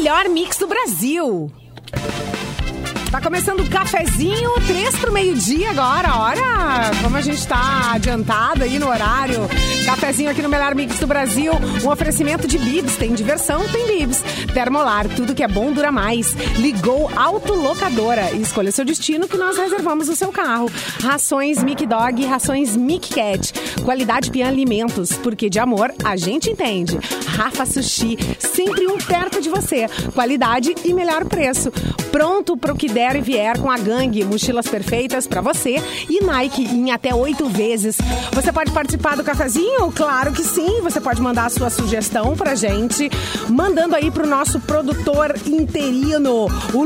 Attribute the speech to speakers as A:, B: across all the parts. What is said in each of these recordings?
A: melhor mix do Brasil. Tá começando o cafezinho, 3 pro meio-dia agora, olha como a gente tá adiantado aí no horário. Cafezinho aqui no melhor mix do Brasil, um oferecimento de Bibs, tem diversão, tem Bibs. Termolar, tudo que é bom dura mais. Ligou Autolocadora e escolha seu destino que nós reservamos o seu carro. Rações Mic Dog e rações Mic Cat. Qualidade Pian Alimentos, porque de amor a gente entende. Rafa Sushi, sempre um perto de você. Qualidade e melhor preço. Pronto pro que der e vier com a Gangue, mochilas perfeitas pra você e Nike em até 8 vezes. Você pode participar do cafezinho? Claro que sim. Você pode mandar a sua sugestão pra gente, mandando aí pro nosso produtor interino, o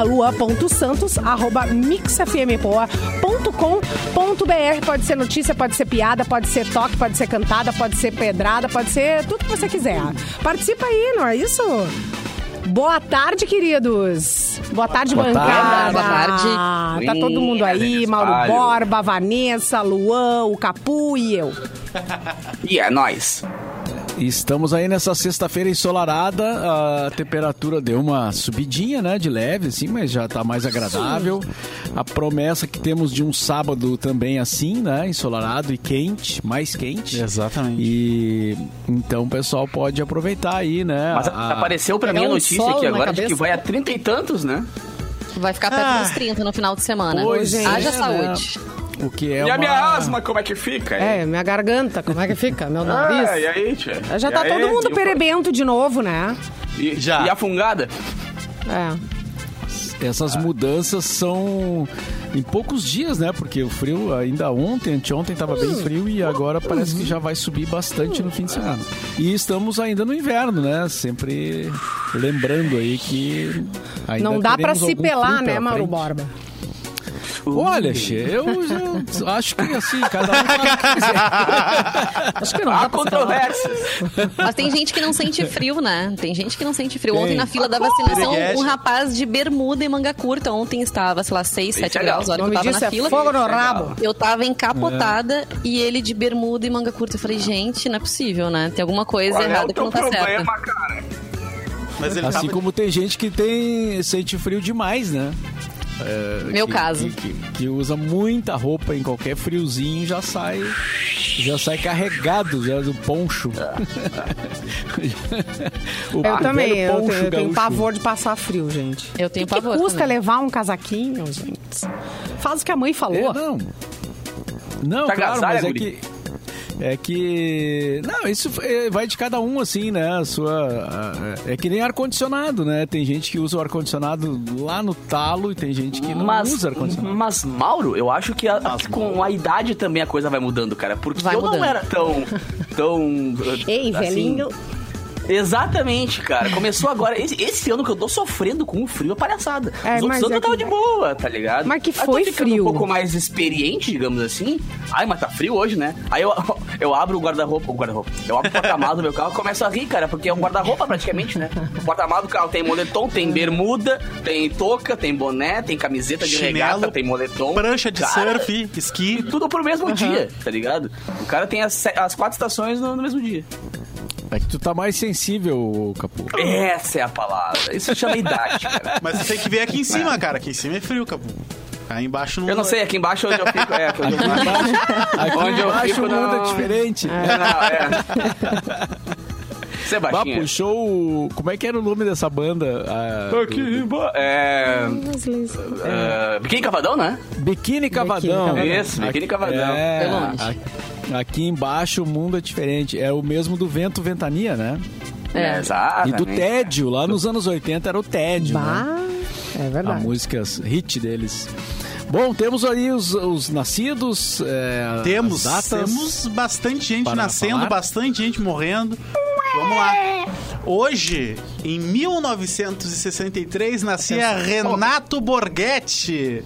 A: luan.santos@mixfmpoa.com.br. Pode ser notícia, pode ser piada, pode ser toque, pode ser cantada, pode ser pedrada, pode ser tudo que você quiser. Participa aí, não é isso? Boa tarde, queridos. Boa tarde, bancada.
B: Boa tarde.
A: Tá todo mundo aí, Mauro Borba, Vanessa, Luan, o Capu e eu.
C: E é nóis.
D: Estamos aí nessa sexta-feira ensolarada, a temperatura deu uma subidinha, né, de leve, assim, mas já tá mais agradável. A promessa que temos de um sábado também assim, né, ensolarado e quente, mais quente.
E: Exatamente.
D: E então o pessoal pode aproveitar aí, né.
C: Mas apareceu pra mim a notícia aqui agora de que vai a 30 e tantos, né?
B: Vai ficar perto dos 30 no final de semana.
D: Pois é,
B: Haja
D: né?
B: saúde.
D: O que é
C: E a minha asma, como é que fica?
A: Minha garganta, como é que fica? Meu nariz.
C: E aí, tia?
A: Já tá todo mundo perebento de novo, né?
C: E a fungada?
D: Essas mudanças são em poucos dias, né? Porque o frio ainda anteontem estava bem frio e agora parece que já vai subir bastante no fim de semana. E estamos ainda no inverno, né? Sempre lembrando aí que ainda
A: não dá pra
D: teremos
A: se
D: algum
A: pelar,
D: frio
A: né,
D: pela
A: Mauro
D: frente.
A: Borba?
D: Olha, eu acho que assim, cada um faz o que quiser.
A: Acho que não
C: Há
A: dá pra se pelar.
C: controvérsias.
B: Mas tem gente que não sente frio, né? Tem gente que não sente frio.
D: Tem.
B: Ontem na fila da vacinação,
E: Piriguete.
B: um rapaz de bermuda e manga curta. Ontem estava, sei lá, 6, 7 graus. A
A: O
B: hora que eu
A: nome
B: tava
A: disso
B: na
A: é
B: fila.
A: fogo no rabo.
B: Eu tava encapotada e ele de bermuda e manga curta. Eu falei, gente, não é possível, né? Tem alguma coisa
C: Qual é
B: errada
C: o
B: que não
C: teu
B: tá certa.
C: problema, cara?
E: Mas ele
D: Assim
E: tava...
D: como tem gente que sente frio demais, né?
B: Meu caso.
D: Que usa muita roupa em qualquer friozinho já sai carregado já do poncho.
A: Eu também,
D: velho
A: eu
D: poncho
A: tenho
D: gaúcho.
A: pavor de passar frio, gente.
B: Eu tenho
A: O que
B: pavor
A: custa
B: também.
A: levar um casaquinho, gente? Faz o que a mãe falou.
D: Não,
C: Tá
D: claro,
C: agasalha,
D: mas
C: guri?
D: Não, isso vai de cada um, assim, né? É que nem ar-condicionado, né? Tem gente que usa o ar-condicionado lá no talo e tem gente que não usa ar-condicionado.
C: Mas, Mauro, eu acho que com a idade também a coisa vai mudando, cara. Porque
B: Vai
C: eu
B: mudando.
C: não era tão
A: Ei,
C: assim,
A: velhinho.
C: Exatamente, cara. Começou agora. Esse ano que eu tô sofrendo com o frio é palhaçada. Os outros
A: mas
C: anos
A: é
C: eu tava
A: que-
C: de boa, tá ligado?
A: Mas que
C: Aí
A: foi
C: tô ficando
A: frio.
C: um pouco mais experiente, digamos assim. Ai, mas tá frio hoje, né? Aí eu abro o guarda-roupa. Eu abro o porta-malas do meu carro e começo a rir, cara, porque é um guarda-roupa praticamente, né? O porta-malas do carro tem moletom, tem bermuda, tem touca, tem boné, tem camiseta de
E: Chinelo,
C: regata, tem moletom.
E: prancha de
C: Cara,
E: surf,
C: E
E: esqui.
C: tudo pro mesmo dia, tá ligado? O cara tem as 4 estações no mesmo dia.
D: É que tu tá mais sensível, Capu.
C: Essa é a palavra. Isso chama idade, cara.
E: Mas você tem que ver aqui em cima, cara. Aqui em cima é frio, Capu. Aí embaixo não...
C: Eu não sei, aqui embaixo onde eu fico. Onde eu
D: Aqui
C: Onde eu
D: embaixo
C: fico,
D: o mundo
C: não.
D: é diferente.
C: Sebastião.
D: Puxou como é que era o nome dessa banda?
C: Biquíni Cavadão, né?
D: Biquíni Cavadão.
C: Isso, Biquíni Cavadão.
B: Pelo longe.
D: Aqui embaixo o mundo é diferente. É o mesmo do Vento Ventania, né?
C: Exato.
D: E do Tédio, lá nos anos 80 era o Tédio, né?
A: É
D: A
A: verdade.
D: música hit deles. Bom, temos aí os nascidos,
E: Temos,
D: as datas.
E: temos bastante gente
D: para
E: nascendo,
D: falar.
E: bastante gente morrendo. Vamos lá. Hoje, em 1963, nascia Renato Borghetti.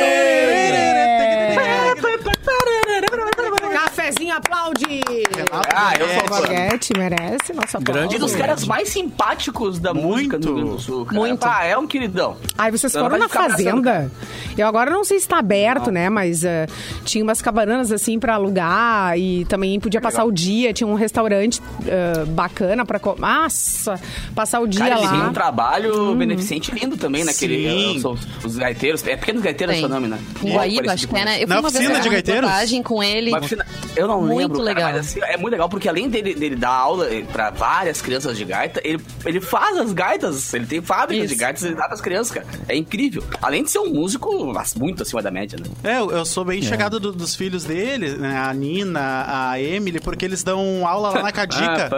A: Cafezinho, aplaude!
E: Renato
C: eu sou fã.
A: Borghetti merece nossa
D: Grande
C: Um dos caras mais simpáticos da música no Rio Grande do Sul. Cara.
B: Muito.
C: Ah, é um queridão.
A: Ai, vocês
C: Não
A: foram
C: vai
A: na
C: ficar abraçando,
A: fazenda? Eu agora não sei se tá aberto, né? Mas tinha umas cabanas assim pra alugar e também podia passar o dia. Tinha um restaurante bacana pra... Nossa, passar o dia
C: Cara, ele tem
A: lá.
C: um trabalho beneficente lindo também, naquele...
E: Sim.
C: São os gaiteiros. É Pequenos Gaiteiros é o seu nome, né?
B: Em Guaíba, acho que é, né? Eu fui
E: Na
B: uma vez
E: oficina
B: fazer
E: de
B: uma
E: gaiteiros?
B: reportagem com ele.
C: Eu não
B: Muito
C: lembro, cara,
B: legal.
C: mas assim, é muito legal porque além dele dar aula pra várias crianças de gaita, ele faz as gaitas, ele tem fábricas
B: Isso.
C: de gaitas e dá pras crianças, cara. É incrível. Além de ser um músico muito acima da média, né?
E: Eu sou bem chegado dos filhos dele, né? A Nina, a Emily, porque eles dão aula lá na Cadica.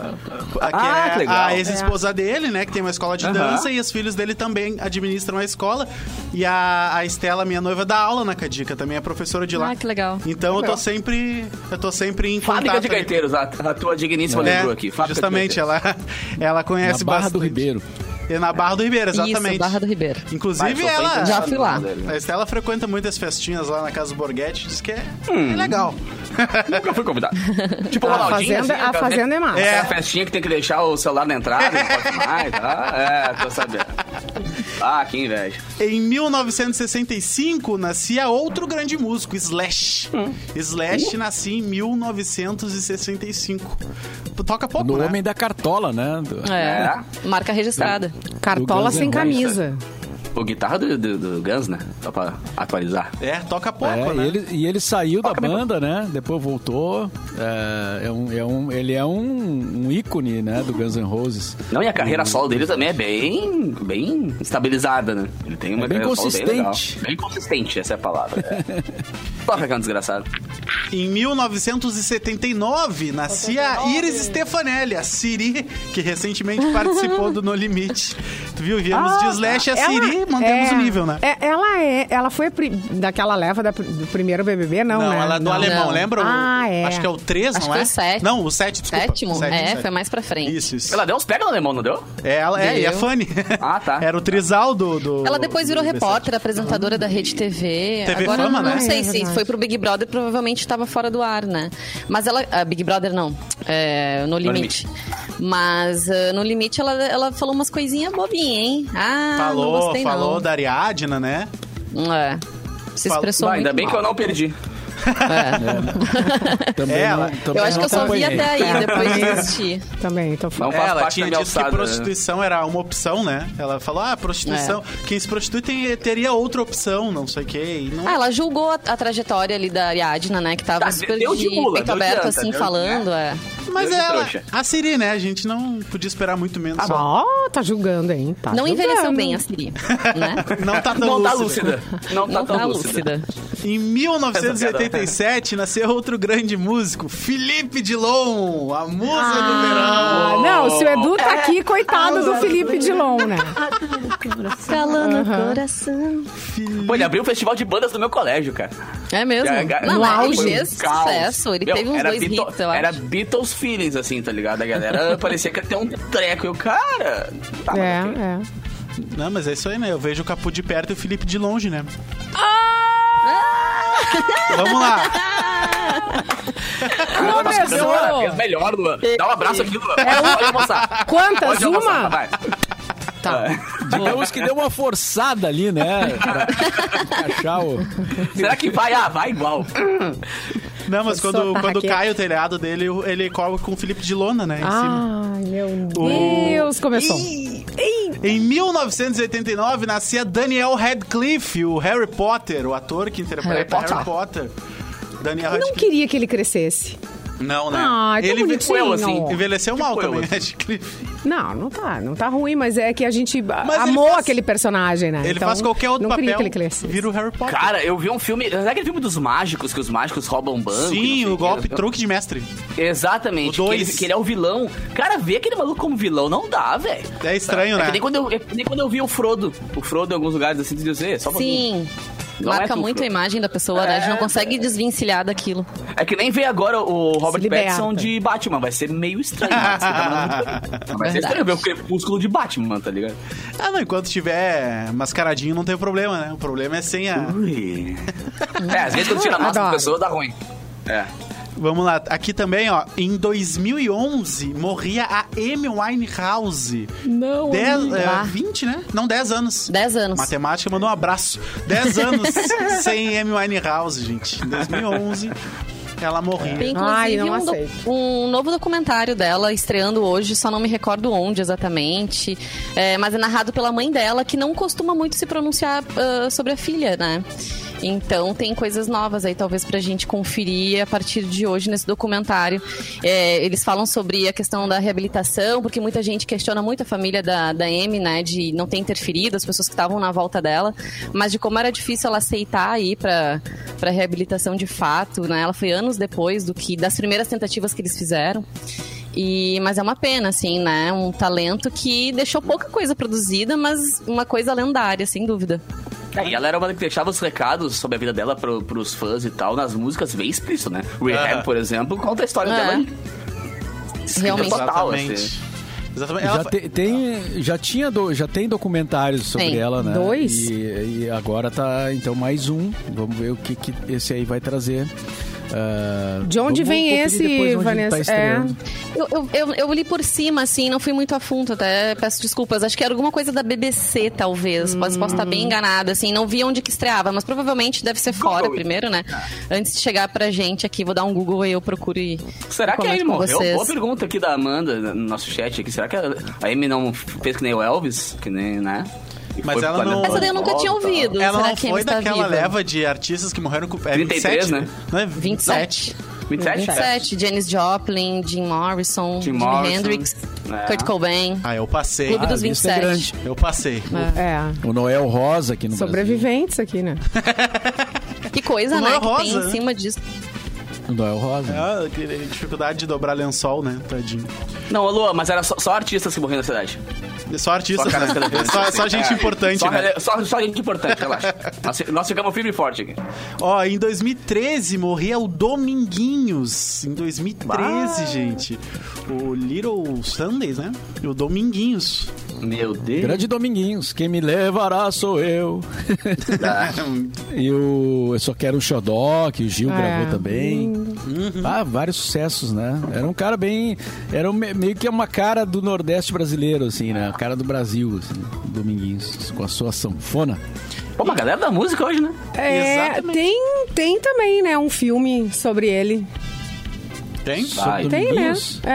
C: Que legal.
E: A ex-esposa dele, né? Que tem uma escola de dança e os filhos dele também administram a escola. E a Estela, minha noiva, dá aula na Cadica, também é professora de lá.
B: Ah, que legal.
E: Então eu tô sempre em
C: Fábrica
E: contato
C: de
E: ali.
C: gaiteiros, a tua digníssima lembrou aqui. Fábrica
E: Justamente,
C: de gaiteiros.
E: ela conhece
D: Na Barra
E: bastante.
D: do Ribeiro.
E: É na Barra do Ribeiro, exatamente.
B: Isso, Barra do Ribeiro.
E: Inclusive,
C: Vai, sou
E: ela...
B: Já fui lá.
E: A Estela frequenta muitas festinhas lá na casa do Borghetti, diz que é legal.
C: Nunca fui convidado. Tipo o
A: A
C: Ronaldinho,
A: fazenda,
C: assim,
A: a fazenda é massa.
C: É a festinha que tem que deixar o celular na entrada, não pode mais, tá? Tô sabendo. Ah, que inveja.
E: Em 1965, nascia outro grande músico, Slash. Slash nascia em 1965. Toca pouco,
D: No
E: né?
D: Homem da Cartola, né?
B: Marca registrada.
A: Cartola
D: Guns N'
A: sem
D: Roses.
A: camisa.
C: O guitarra do Guns, né? Só pra atualizar.
E: Toca pouco, né?
D: Ele saiu da banda, né? Depois voltou. Ele é um ícone, né? Do Guns N' Roses.
C: Não, e a carreira solo dele também é bem estabilizada, né? Ele tem uma
D: É bem
C: carreira solo
D: consistente.
C: legal. Bem consistente, essa é a palavra. Toca que é um desgraçado.
E: Em 1979, nascia Iris Stefanelli, a Siri, que recentemente participou do No Limite. Tu viu? Viemos de Slash a Siri, mantemos o nível, né?
A: Ela foi daquela leva do primeiro BBB, não, né?
E: ela é do
A: Não.
E: alemão,
B: Não.
E: lembra?
A: É.
E: Acho que é o 3,
B: Acho
E: não
B: que
E: é?
B: é o 7.
E: Não, o 7, desculpa.
B: Sétimo?
E: Sete.
B: Foi mais pra frente.
E: Isso.
C: Ela deu uns pega no alemão, não deu?
E: E a
B: Deu.
E: Fanny.
C: Ah, tá.
E: Era o trisal do
B: Ela depois virou
E: do
B: repórter, apresentadora da Rede TV.
E: TV
B: Agora
E: Fama,
B: não
E: né?
B: sei
A: É
B: se
A: verdade.
B: foi pro Big Brother, provavelmente estava fora do ar, né? Mas ela... Big Brother não. No Limite. Mas no Limite ela falou umas coisinhas bobinhas, hein? Ah, não gostei
E: falou
B: não.
E: da Ariadna, né?
B: Se expressou
C: Bah, ainda
B: muito
C: bem que eu
B: mal.
C: não perdi.
D: Também
E: Ela-
D: também
B: Eu acho que
D: não
B: eu só vi
D: acompanhei.
B: até aí, depois de assistir.
A: Também, tô
C: Não
A: falando.
C: faz
E: Ela
C: parte
E: tinha
C: da minha
E: dito que
C: alçada,
E: prostituição era uma opção, né? Ela falou, prostituição. Quem se prostitui teria outra opção, não sei o quê. E não...
B: Ela julgou a trajetória ali da Ariadna, né? Que tava
C: Tá,
B: super
C: deu de mula,
B: peito
C: deu de
B: aberto,
C: anta,
B: assim,
C: deu de-
B: falando.
E: Mas
C: Deus de
E: ela,
C: trouxa.
E: a Siri, né? A gente não podia esperar muito menos. só.
A: Ó, tá julgando, hein? Tá
B: Não
A: julgando.
B: envelheceu bem a Siri, né?
E: Não tá tão
C: Não tá
E: lúcida.
C: lúcida. Não tá
B: Não
C: tão
B: tá
C: lúcida.
B: lúcida.
E: Em 1987, nasceu outro grande músico, Felipe Dilon, a musa do verão.
A: Não, se o Edu tá aqui, coitado do Felipe Dilon, né?
B: Calando o coração.
C: Pô, ele abriu o festival de bandas do meu colégio, cara.
B: É mesmo? Não,
A: no
B: mas
A: auge.
B: ele fez
C: Caos.
B: sucesso. Ele
C: Meu,
B: teve uns
C: era
B: 2 hits, eu
C: Era
B: acho.
C: Beatles feelings, assim, tá ligado? A galera parecia que ia ter um treco. E o cara... Tá, mas ok.
A: É.
E: Não, mas é isso aí, né? Eu vejo o Capu de perto e o Felipe de longe, né? Vamos lá.
A: Começou.
C: Fez melhor, Luan. Dá um abraço aqui, Luan. Pode almoçar.
A: Quantas?
C: Pode almoçar,
A: Uma?
C: vai.
A: Tá.
D: Digamos que deu uma forçada ali, né? Pra encaixar o...
C: Será que vai? Ah, vai igual.
E: Não, mas
A: Foi
E: quando
A: soltar a
E: cai o telhado dele, ele coloca com o Felipe de lona, né? Em cima.
A: Ai, meu Deus, começou.
E: Em 1989, nascia Daniel Radcliffe, o Harry Potter, o ator que interpreta Harry Potter. Daniel
A: Eu não
E: Radcliffe.
A: queria que ele crescesse.
E: Não, né?
A: Ai, tão bonitinho.
C: eu, assim.
E: Envelheceu mal
C: Tipo eu,
E: também,
C: assim.
E: Radcliffe.
A: Não tá ruim, mas é que a gente
E: ele
A: amou
E: faz-
A: aquele personagem, né?
E: Ele
A: Então,
E: faz qualquer outro
A: não queria
E: papel,
A: que ele crescesse.
E: vira o Harry Potter.
C: Cara, eu vi um filme... Sabe aquele filme dos mágicos, que os mágicos roubam banco?
E: Sim, o golpe
C: troco.
E: truque de mestre.
C: Exatamente.
E: O
C: Que
E: dois.
C: ele é o vilão. Cara, ver aquele maluco como vilão não dá, velho.
E: É estranho,
C: É
E: né?
C: que nem quando eu vi o Frodo. O Frodo em alguns lugares, assim, tu diz, só um pouquinho.
B: Sim.
C: Não é
B: Marca
C: tu,
B: muito
C: Fro.
B: a imagem da pessoa, né? A gente não consegue desvencilhar daquilo.
C: É que nem ver agora o Robert
A: liberta.
C: Pattinson de Batman. Vai ser meio estranho. Vai ser estranho ver o crepúsculo de Batman, tá ligado?
E: Ah, não, enquanto tiver mascaradinho não tem problema, né? O problema é sem a...
C: Ui. Às vezes quando tira a máscara da
A: Adoro.
C: pessoa dá ruim. É.
E: Vamos lá. Aqui também, ó. Em 2011, morria a Amy Winehouse.
A: Não,
E: 20, né? Não, 10 anos.
B: 10 anos.
E: Matemática mandou um abraço. 10 anos sem Amy Winehouse, gente. Em 2011, ela morria.
B: Tem,
A: Ai,
B: inclusive,
A: não aceito.
B: um novo documentário dela estreando hoje, só não me recordo onde exatamente, mas é narrado pela mãe dela, que não costuma muito se pronunciar sobre a filha, né? Então tem coisas novas aí, talvez, pra gente conferir a partir de hoje nesse documentário. Eles falam sobre a questão da reabilitação, porque muita gente questiona muito a família da Amy, né, de não ter interferido, as pessoas que estavam na volta dela, mas de como era difícil ela aceitar ir pra reabilitação de fato, né? Ela foi anos depois das primeiras tentativas que eles fizeram. Mas é uma pena, assim, né? Um talento que deixou pouca coisa produzida, mas uma coisa lendária, sem dúvida.
C: E ela era uma que deixava os recados sobre a vida dela pros fãs e tal, nas músicas bem explícito, né? Rehab, por exemplo, conta a história dela.
B: Realmente.
C: Total,
E: Exatamente.
C: assim.
E: Exatamente.
D: Já tem documentários sobre ela, né?
A: 2?
D: E agora tá, então, mais um. Vamos ver o que esse aí vai trazer.
A: De onde vem esse, Vanessa?
B: Eu li por cima, assim, não fui muito a fundo, até peço desculpas. Acho que era alguma coisa da BBC, talvez. Posso estar bem enganada, assim. Não vi onde que estreava, mas provavelmente deve ser fora primeiro, né? Antes de chegar pra gente aqui, vou dar um Google e eu procuro e
C: será que a Amy morreu?
B: Vocês.
C: Boa pergunta aqui da Amanda, no nosso chat aqui. Será que a Amy não fez que nem o Elvis? Que nem, né?
E: Mas ela não...
B: Essa daí eu nunca tinha ouvido.
E: Ela
B: Será
E: não
B: que
E: foi
B: está
E: daquela
B: viva?
E: leva de artistas que morreram com...
C: 33,
E: 27,
C: né?
E: Não é
B: 27.
C: 27?
B: Janis Joplin, Jim Morrison, Jimi Hendrix, Kurt Cobain.
E: Ah, eu passei.
B: Clube dos
D: a lista é
B: 27.
D: grande.
E: Eu passei.
D: O Noel Rosa aqui no
A: Sobreviventes aqui, né?
B: Que coisa,
E: O
B: né?
E: Noel
B: Que tem
E: Rosa,
B: em cima disso.
D: Brasil. O Noel Rosa.
E: Dificuldade de dobrar lençol, né? Tadinho.
C: Não, Lua, mas era só artistas que morreram na cidade.
E: Só artista. Só gente importante, né?
C: Só gente importante, relaxa. Nós ficamos firme e forte aqui.
E: Ó, em 2013 morria o Dominguinhos. Em 2013, gente. O Little Sundays, né? E o Dominguinhos.
C: Meu Deus.
D: Grande Dominguinhos, quem me levará sou eu. E Eu Só Quero um Xodó, que o Gil gravou também. Vários sucessos, né? Era um cara bem... Era meio que uma cara do Nordeste brasileiro, assim, né? A cara do Brasil, assim, Dominguinhos, com a sua sanfona.
C: Pô, uma galera da música hoje, né?
E: Exatamente.
A: Tem também, né, um filme sobre ele.
E: Tem?
C: Vai.
A: Tem, né?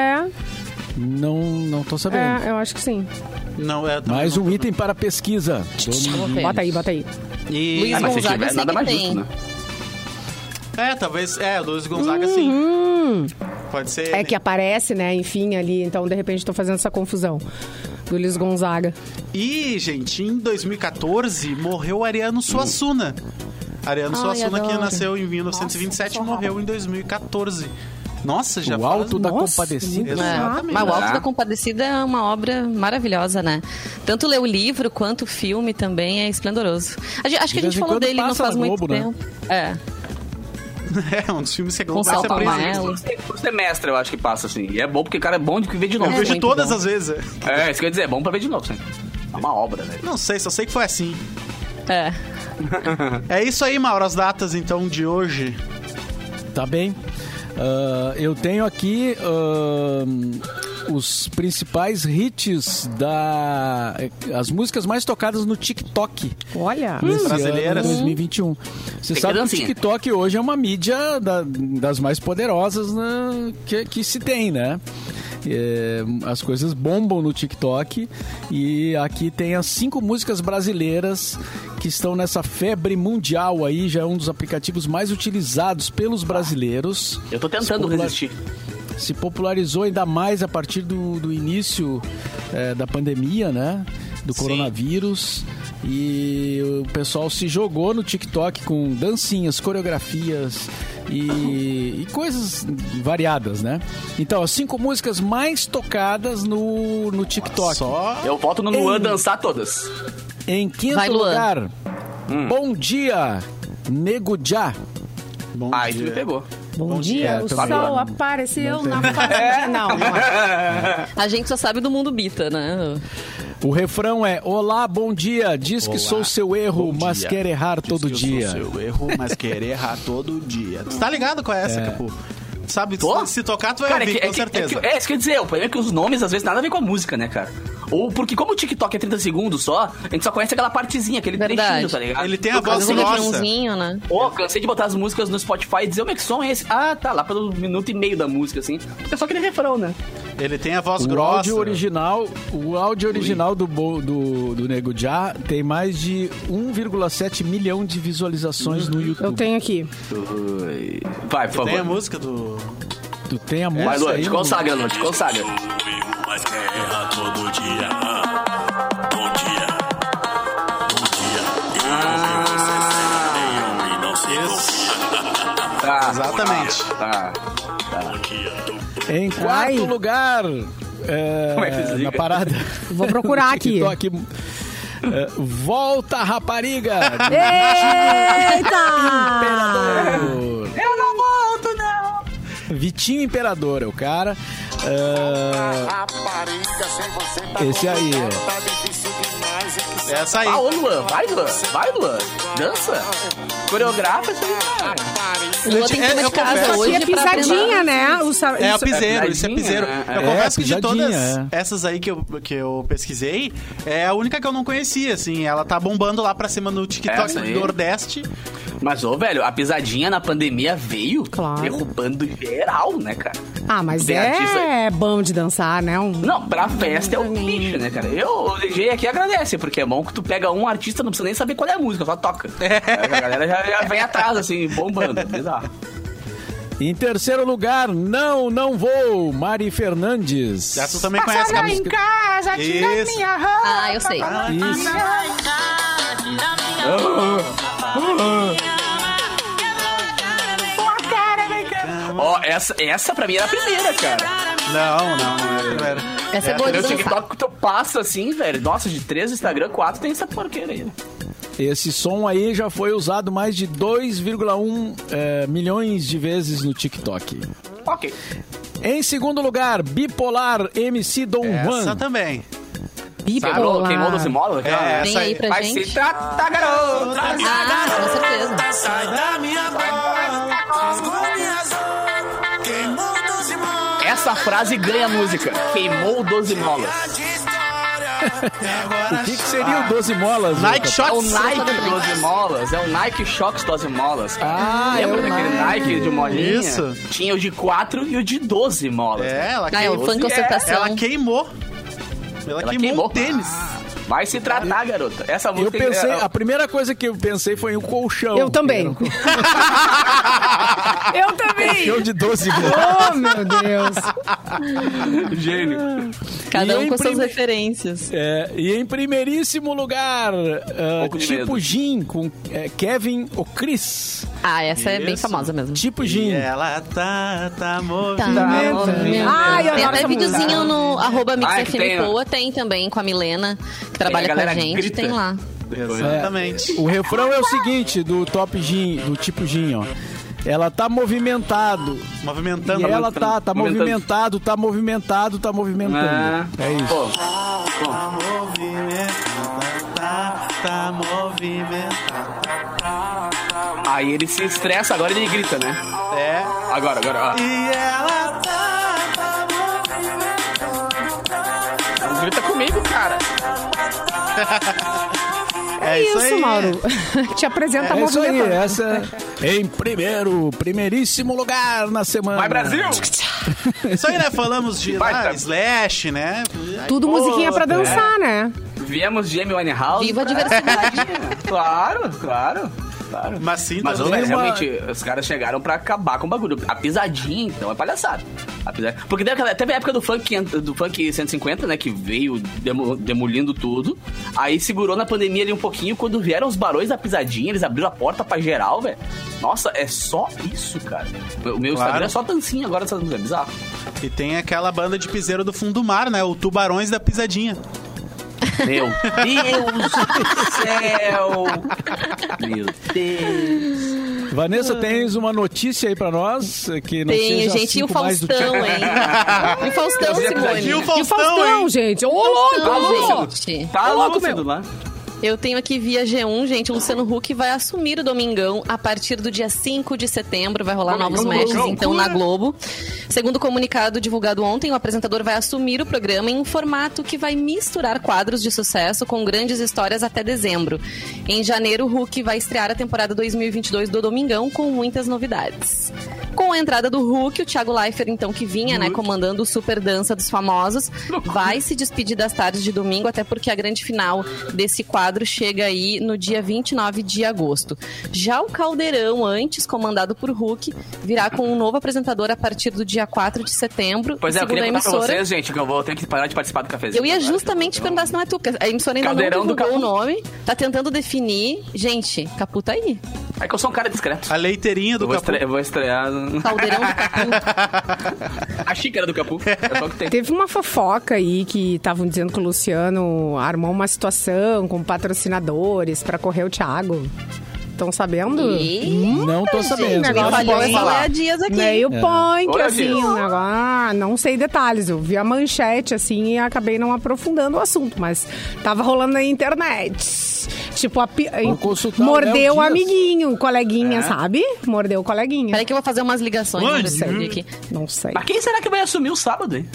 D: Não tô sabendo.
A: Eu acho que sim.
E: Não,
D: Mais um item para pesquisa. Dominguinhos.
A: Bota aí.
E: E...
B: Luiz
C: Mas se
B: Gonzaga,
C: tiver,
B: sei
C: nada
B: que
C: mais
B: tem.
C: justo, né?
E: Talvez... o Luiz Gonzaga, sim. Pode ser...
A: É que aparece, né, enfim, ali. Então, de repente, tô fazendo essa confusão. Do Luiz Gonzaga.
E: E, gente, em 2014, morreu o Ariano Suassuna. Ariano Suassuna, que
B: adoro.
E: nasceu em 1927 e morreu em 2014. Nossa, já
D: O
E: faz...
D: Alto da Compadecida.
E: Exatamente.
B: Mas o Alto da Compadecida é uma obra maravilhosa, né? Tanto ler o livro quanto o filme também é esplendoroso. Acho que a gente falou dele não faz
D: na
B: muito
D: Globo, né?
B: tempo.
E: É um dos filmes que a
B: Com
E: Globo
B: salto
E: passa
B: amarelo.
C: Por semestre, eu acho que passa, assim. E é bom porque o cara é bom de ver de
E: Eu
C: novo.
E: vejo
B: muito
E: todas
B: bom.
E: as vezes.
C: Isso quer dizer, é bom pra ver de novo, assim. É uma obra, né?
E: Não sei, só sei que foi assim.
B: É.
E: É isso aí, Mauro, as datas, então, de hoje.
D: Tá bem. Eu tenho aqui os principais hits as músicas mais tocadas no TikTok.
A: Olha.
D: Nesse
E: brasileiras.
D: ano 2021. Você
C: Tem
D: sabe que o
C: dancinha.
D: TikTok hoje é uma mídia das mais poderosas que se tem, né? As coisas bombam no TikTok e aqui tem as 5 músicas brasileiras que estão nessa febre mundial aí, já é um dos aplicativos mais utilizados pelos brasileiros.
C: Eu tô tentando resistir.
D: Se popularizou ainda mais a partir do início da pandemia, né? Do coronavírus. E o pessoal se jogou no TikTok com dancinhas, coreografias e coisas variadas, né? Então, as 5 músicas mais tocadas no TikTok.
C: Eu volto no Luan dançar todas.
D: Em quinto
B: Vai, Luan.
D: lugar, Bom Dia, Nego Já.
E: Bom
C: Isso me pegou.
A: Bom dia, o
D: também.
A: sol apareceu na fazenda. Não é.
B: A gente só sabe do mundo bita, né?
D: O refrão é: Olá, bom dia, diz que
E: Olá,
D: sou seu erro,
E: bom
D: mas
E: dia.
D: quer errar todo
E: Diz que
D: dia.
E: eu sou seu erro, mas quer errar todo dia. Tu tá ligado com essa, Capu? Sabe?
C: Tô?
E: Se tocar, tu vai
C: Cara,
E: ouvir, com certeza.
C: Isso quer dizer, o problema é que os nomes às vezes nada a ver com a música, né, cara? Ou porque como o TikTok é 30 segundos só, a gente só conhece aquela partezinha, aquele trechinho, tá ligado?
E: Ele tem a
C: Eu
E: voz
C: cansei de-
E: grossa.
B: Né?
C: Pô, cansei de botar as músicas no Spotify e dizer, como é que som é esse? Ah, tá, lá pelo minuto e meio da música, assim. É só aquele refrão, né?
E: Ele tem a voz
D: O
E: grossa.
D: áudio original do Nego Jah tem mais de 1,7 milhão de visualizações no YouTube.
A: Eu tenho aqui.
C: Vai, por
E: Tem a
C: favor.
E: música do...
D: Tu tem a
C: Vai,
D: música
C: Luan,
D: aí?
C: te consagra, Luan, te consagra.
F: Mas guerra todo dia. Bom dia. Bom dia. E não se
C: Tá,
E: Exatamente.
C: Tá.
D: Em quarto
A: Ai.
D: lugar,
C: Como é que se liga?
D: na parada...
A: Vou procurar
D: no
A: aqui.
D: TikTok, Volta, rapariga!
A: Eita!
D: Imperador.
C: Eu não volto, não.
D: Vitinho Imperador é o cara. Esse aí.
E: Essa aí.
C: Ah, ô Luan, vai, Luan. Dança. Coreografa isso aí, cara.
B: O Luan tem tema
E: eu
B: de casa
E: confesso
A: E
B: hoje
A: é
B: pra
A: pisadinha,
B: treinar.
A: né?
E: É a piseiro, isso é piseiro. Eu confesso que de
D: pisadinha,
E: todas essas aí que eu pesquisei, é a única que eu não conhecia, assim. Ela tá bombando lá pra cima no TikTok
C: Essa aí.
E: do Nordeste.
C: Mas, ô, velho, a pisadinha na pandemia veio
A: Claro.
C: derrubando geral, né, cara?
A: Ah, mas
C: Tem artista
A: é bom de dançar, né?
C: Não, pra festa é o bicho, né, cara? O DJ aqui agradece, porque é bom que tu pega um artista, não precisa nem saber qual é a música, só toca. A galera já vem atrás, assim, bombando. Bizarro.
D: Em terceiro lugar, Não Vou, Mari Fernandes.
E: Essa tu também conhece a música.
C: casa,
E: Isso.
B: Ah, eu sei.
D: Isso.
C: Ó, essa pra mim era a primeira, cara.
E: Não é a primeira.
B: Essa é boa de
C: Meu
B: dançar.
C: TikTok que tu passa assim, velho. Nossa, de 3 Instagram, 4 tem essa porqueira aí.
D: Esse som aí já foi usado mais de 2,1 milhões de vezes no TikTok.
C: Ok.
D: Em segundo lugar, Bipolar MC Dom
E: Essa
D: Juan.
E: também.
A: Bipolar.
C: Queimou 12 molas?
E: É,
B: Vem
E: essa
B: aí
E: aí.
B: pra
C: Vai
B: gente.
C: se tratar, garota.
B: Ah, com certeza.
F: Sai da minha boca. Queimou 12 molas.
C: Essa frase ganha música. Queimou 12 molas.
D: O que seria o 12 molas?
E: Nike
D: Lucas?
C: É o
E: Shots.
C: Nike 12 molas. É o Nike Shox 12 molas.
D: Ah,
C: Lembra
D: é o
C: daquele Nike de molinha?
E: Isso.
C: Tinha o de 4 e o de 12 molas.
E: É, ela
B: Ah, é o
E: queimou.
B: funk ostentação.
E: Ela queimou. Ela queimou o tênis.
C: Vai se tratar, garota. Essa
D: Eu
C: música
D: pensei, a primeira coisa que eu pensei foi em um colchão.
A: Eu também. Eu também.
D: Colchão de 12 molas.
A: Oh, meu Deus.
C: Gênio.
B: Cada
D: E
B: um
D: em
B: com suas
D: prime-
B: referências.
D: E em primeiríssimo lugar,
C: pouco de
D: Tipo
C: medo.
D: Gin, com Kevin ou Chris.
B: Ah, essa é bem
E: Isso.
B: famosa mesmo.
D: Tipo Gin.
E: E ela tá
B: Tá,
E: movimentando.
B: movimento.
A: Ai, eu
B: Tem
A: adoro
B: até
A: essa
B: videozinho no arroba
C: Ah, que tem, ó.
B: MixFMPoa, tem também com a Milena, que trabalha
C: a
B: com a
C: galera
B: gente,
C: grita.
B: tem lá.
E: Exatamente.
D: O refrão é o seguinte, do Top Gin, do Tipo Gin, ó. Ela tá movimentado.
E: Movimentando.
D: E ela tá
C: movimentando.
D: movimentado. É isso.
C: Pô,
E: Tá movimentando.
C: aí ele se estressa, agora ele grita, né?
E: É.
C: Agora, ó.
E: E ela tá
C: Então grita comigo, cara.
E: É isso aí.
A: Mauro. Te apresenta a
D: É isso aí,
A: movimento.
D: essa em primeiríssimo lugar na semana.
C: Vai, Brasil!
E: Isso aí, né? Falamos de
C: Vai, tá.
E: Slash, né?
A: Tudo musiquinha pra dançar, né?
C: Viemos de Amy Winehouse.
B: Viva a diversidade.
C: Claro.
E: Mas sim,
C: Mas, ô,
E: também.
C: velho, realmente, os caras chegaram pra acabar com o bagulho. A pisadinha, então, é palhaçada. Porque teve a época do funk 150, né, que veio demolindo tudo. Aí segurou na pandemia ali um pouquinho. Quando vieram os barões da pisadinha, eles abriram a porta pra geral, velho. Nossa, é só isso, cara. O meu
E: Claro.
C: Instagram é só dancinha agora dessa música. É bizarro.
E: E tem aquela banda de piseiro do fundo do mar, né? O Tubarões da Pisadinha.
C: Meu Deus do céu! Meu Deus!
D: Vanessa, tens uma notícia aí pra nós? Que não
B: Tem,
D: seja
B: gente, e o
D: 5 mais do
B: Faustão,
D: que...
B: hein? E o Faustão, Simone.
E: E o
A: E o
E: Faustão,
A: Faustão,
E: hein?
A: gente. Ô, louco!
B: Faustão,
A: ô, louco.
B: gente.
C: Tá
A: Ô, louco,
C: lúcido
A: meu.
C: lá.
B: Eu tenho aqui via G1, gente, o Luciano Huck vai assumir o Domingão a partir do dia 5 de setembro. Vai rolar novos matches, então, na Globo. Segundo o comunicado divulgado ontem, o apresentador vai assumir o programa em um formato que vai misturar quadros de sucesso com grandes histórias até dezembro. Em janeiro, o Huck vai estrear a temporada 2022 do Domingão com muitas novidades. Com a entrada do Huck, o Thiago Leifert, então, que vinha, né, comandando o Super Dança dos Famosos, vai se despedir das tardes de domingo, até porque a grande final desse quadro chega aí no dia 29 de agosto. Já o Caldeirão, antes comandado por Huck, virá com um novo apresentador a partir do dia 4 de setembro.
C: Pois é, eu queria contar pra vocês, gente, que eu vou ter que parar de participar do cafezinho.
B: Eu ia justamente perguntar se não é tu, porque a emissora ainda
C: Caldeirão
B: não divulgou
C: do
B: o nome, tá tentando definir. Gente, Capu tá aí.
C: É que eu sou um cara discreto.
E: A leiteirinha do Capu.
C: Eu vou estrear...
B: Caldeirão do Capu.
C: A xícara do Capu. É só o que tem.
A: Teve uma fofoca aí que estavam dizendo que o Luciano armou uma situação com patrocinadores pra correr o Thiago. Estão sabendo?
D: Não tô sabendo.
A: negócio
B: Falhou
A: bem-
B: essa Léa Dias aqui.
A: Meio punk,
C: Olha,
A: assim,
C: Dias.
A: um negócio. Ah, não sei detalhes. Eu vi a manchete, assim, e acabei não aprofundando o assunto, mas tava rolando na internet. Tipo,
D: Vou consultar o
A: mordeu
D: Léo
A: o
D: Dias.
A: amiguinho, o coleguinha, sabe? Mordeu o coleguinha.
B: Peraí que eu vou fazer umas ligações.
E: Onde?
B: Vamos ver se sai aqui.
A: Não sei.
C: Mas quem será que vai assumir o sábado, hein?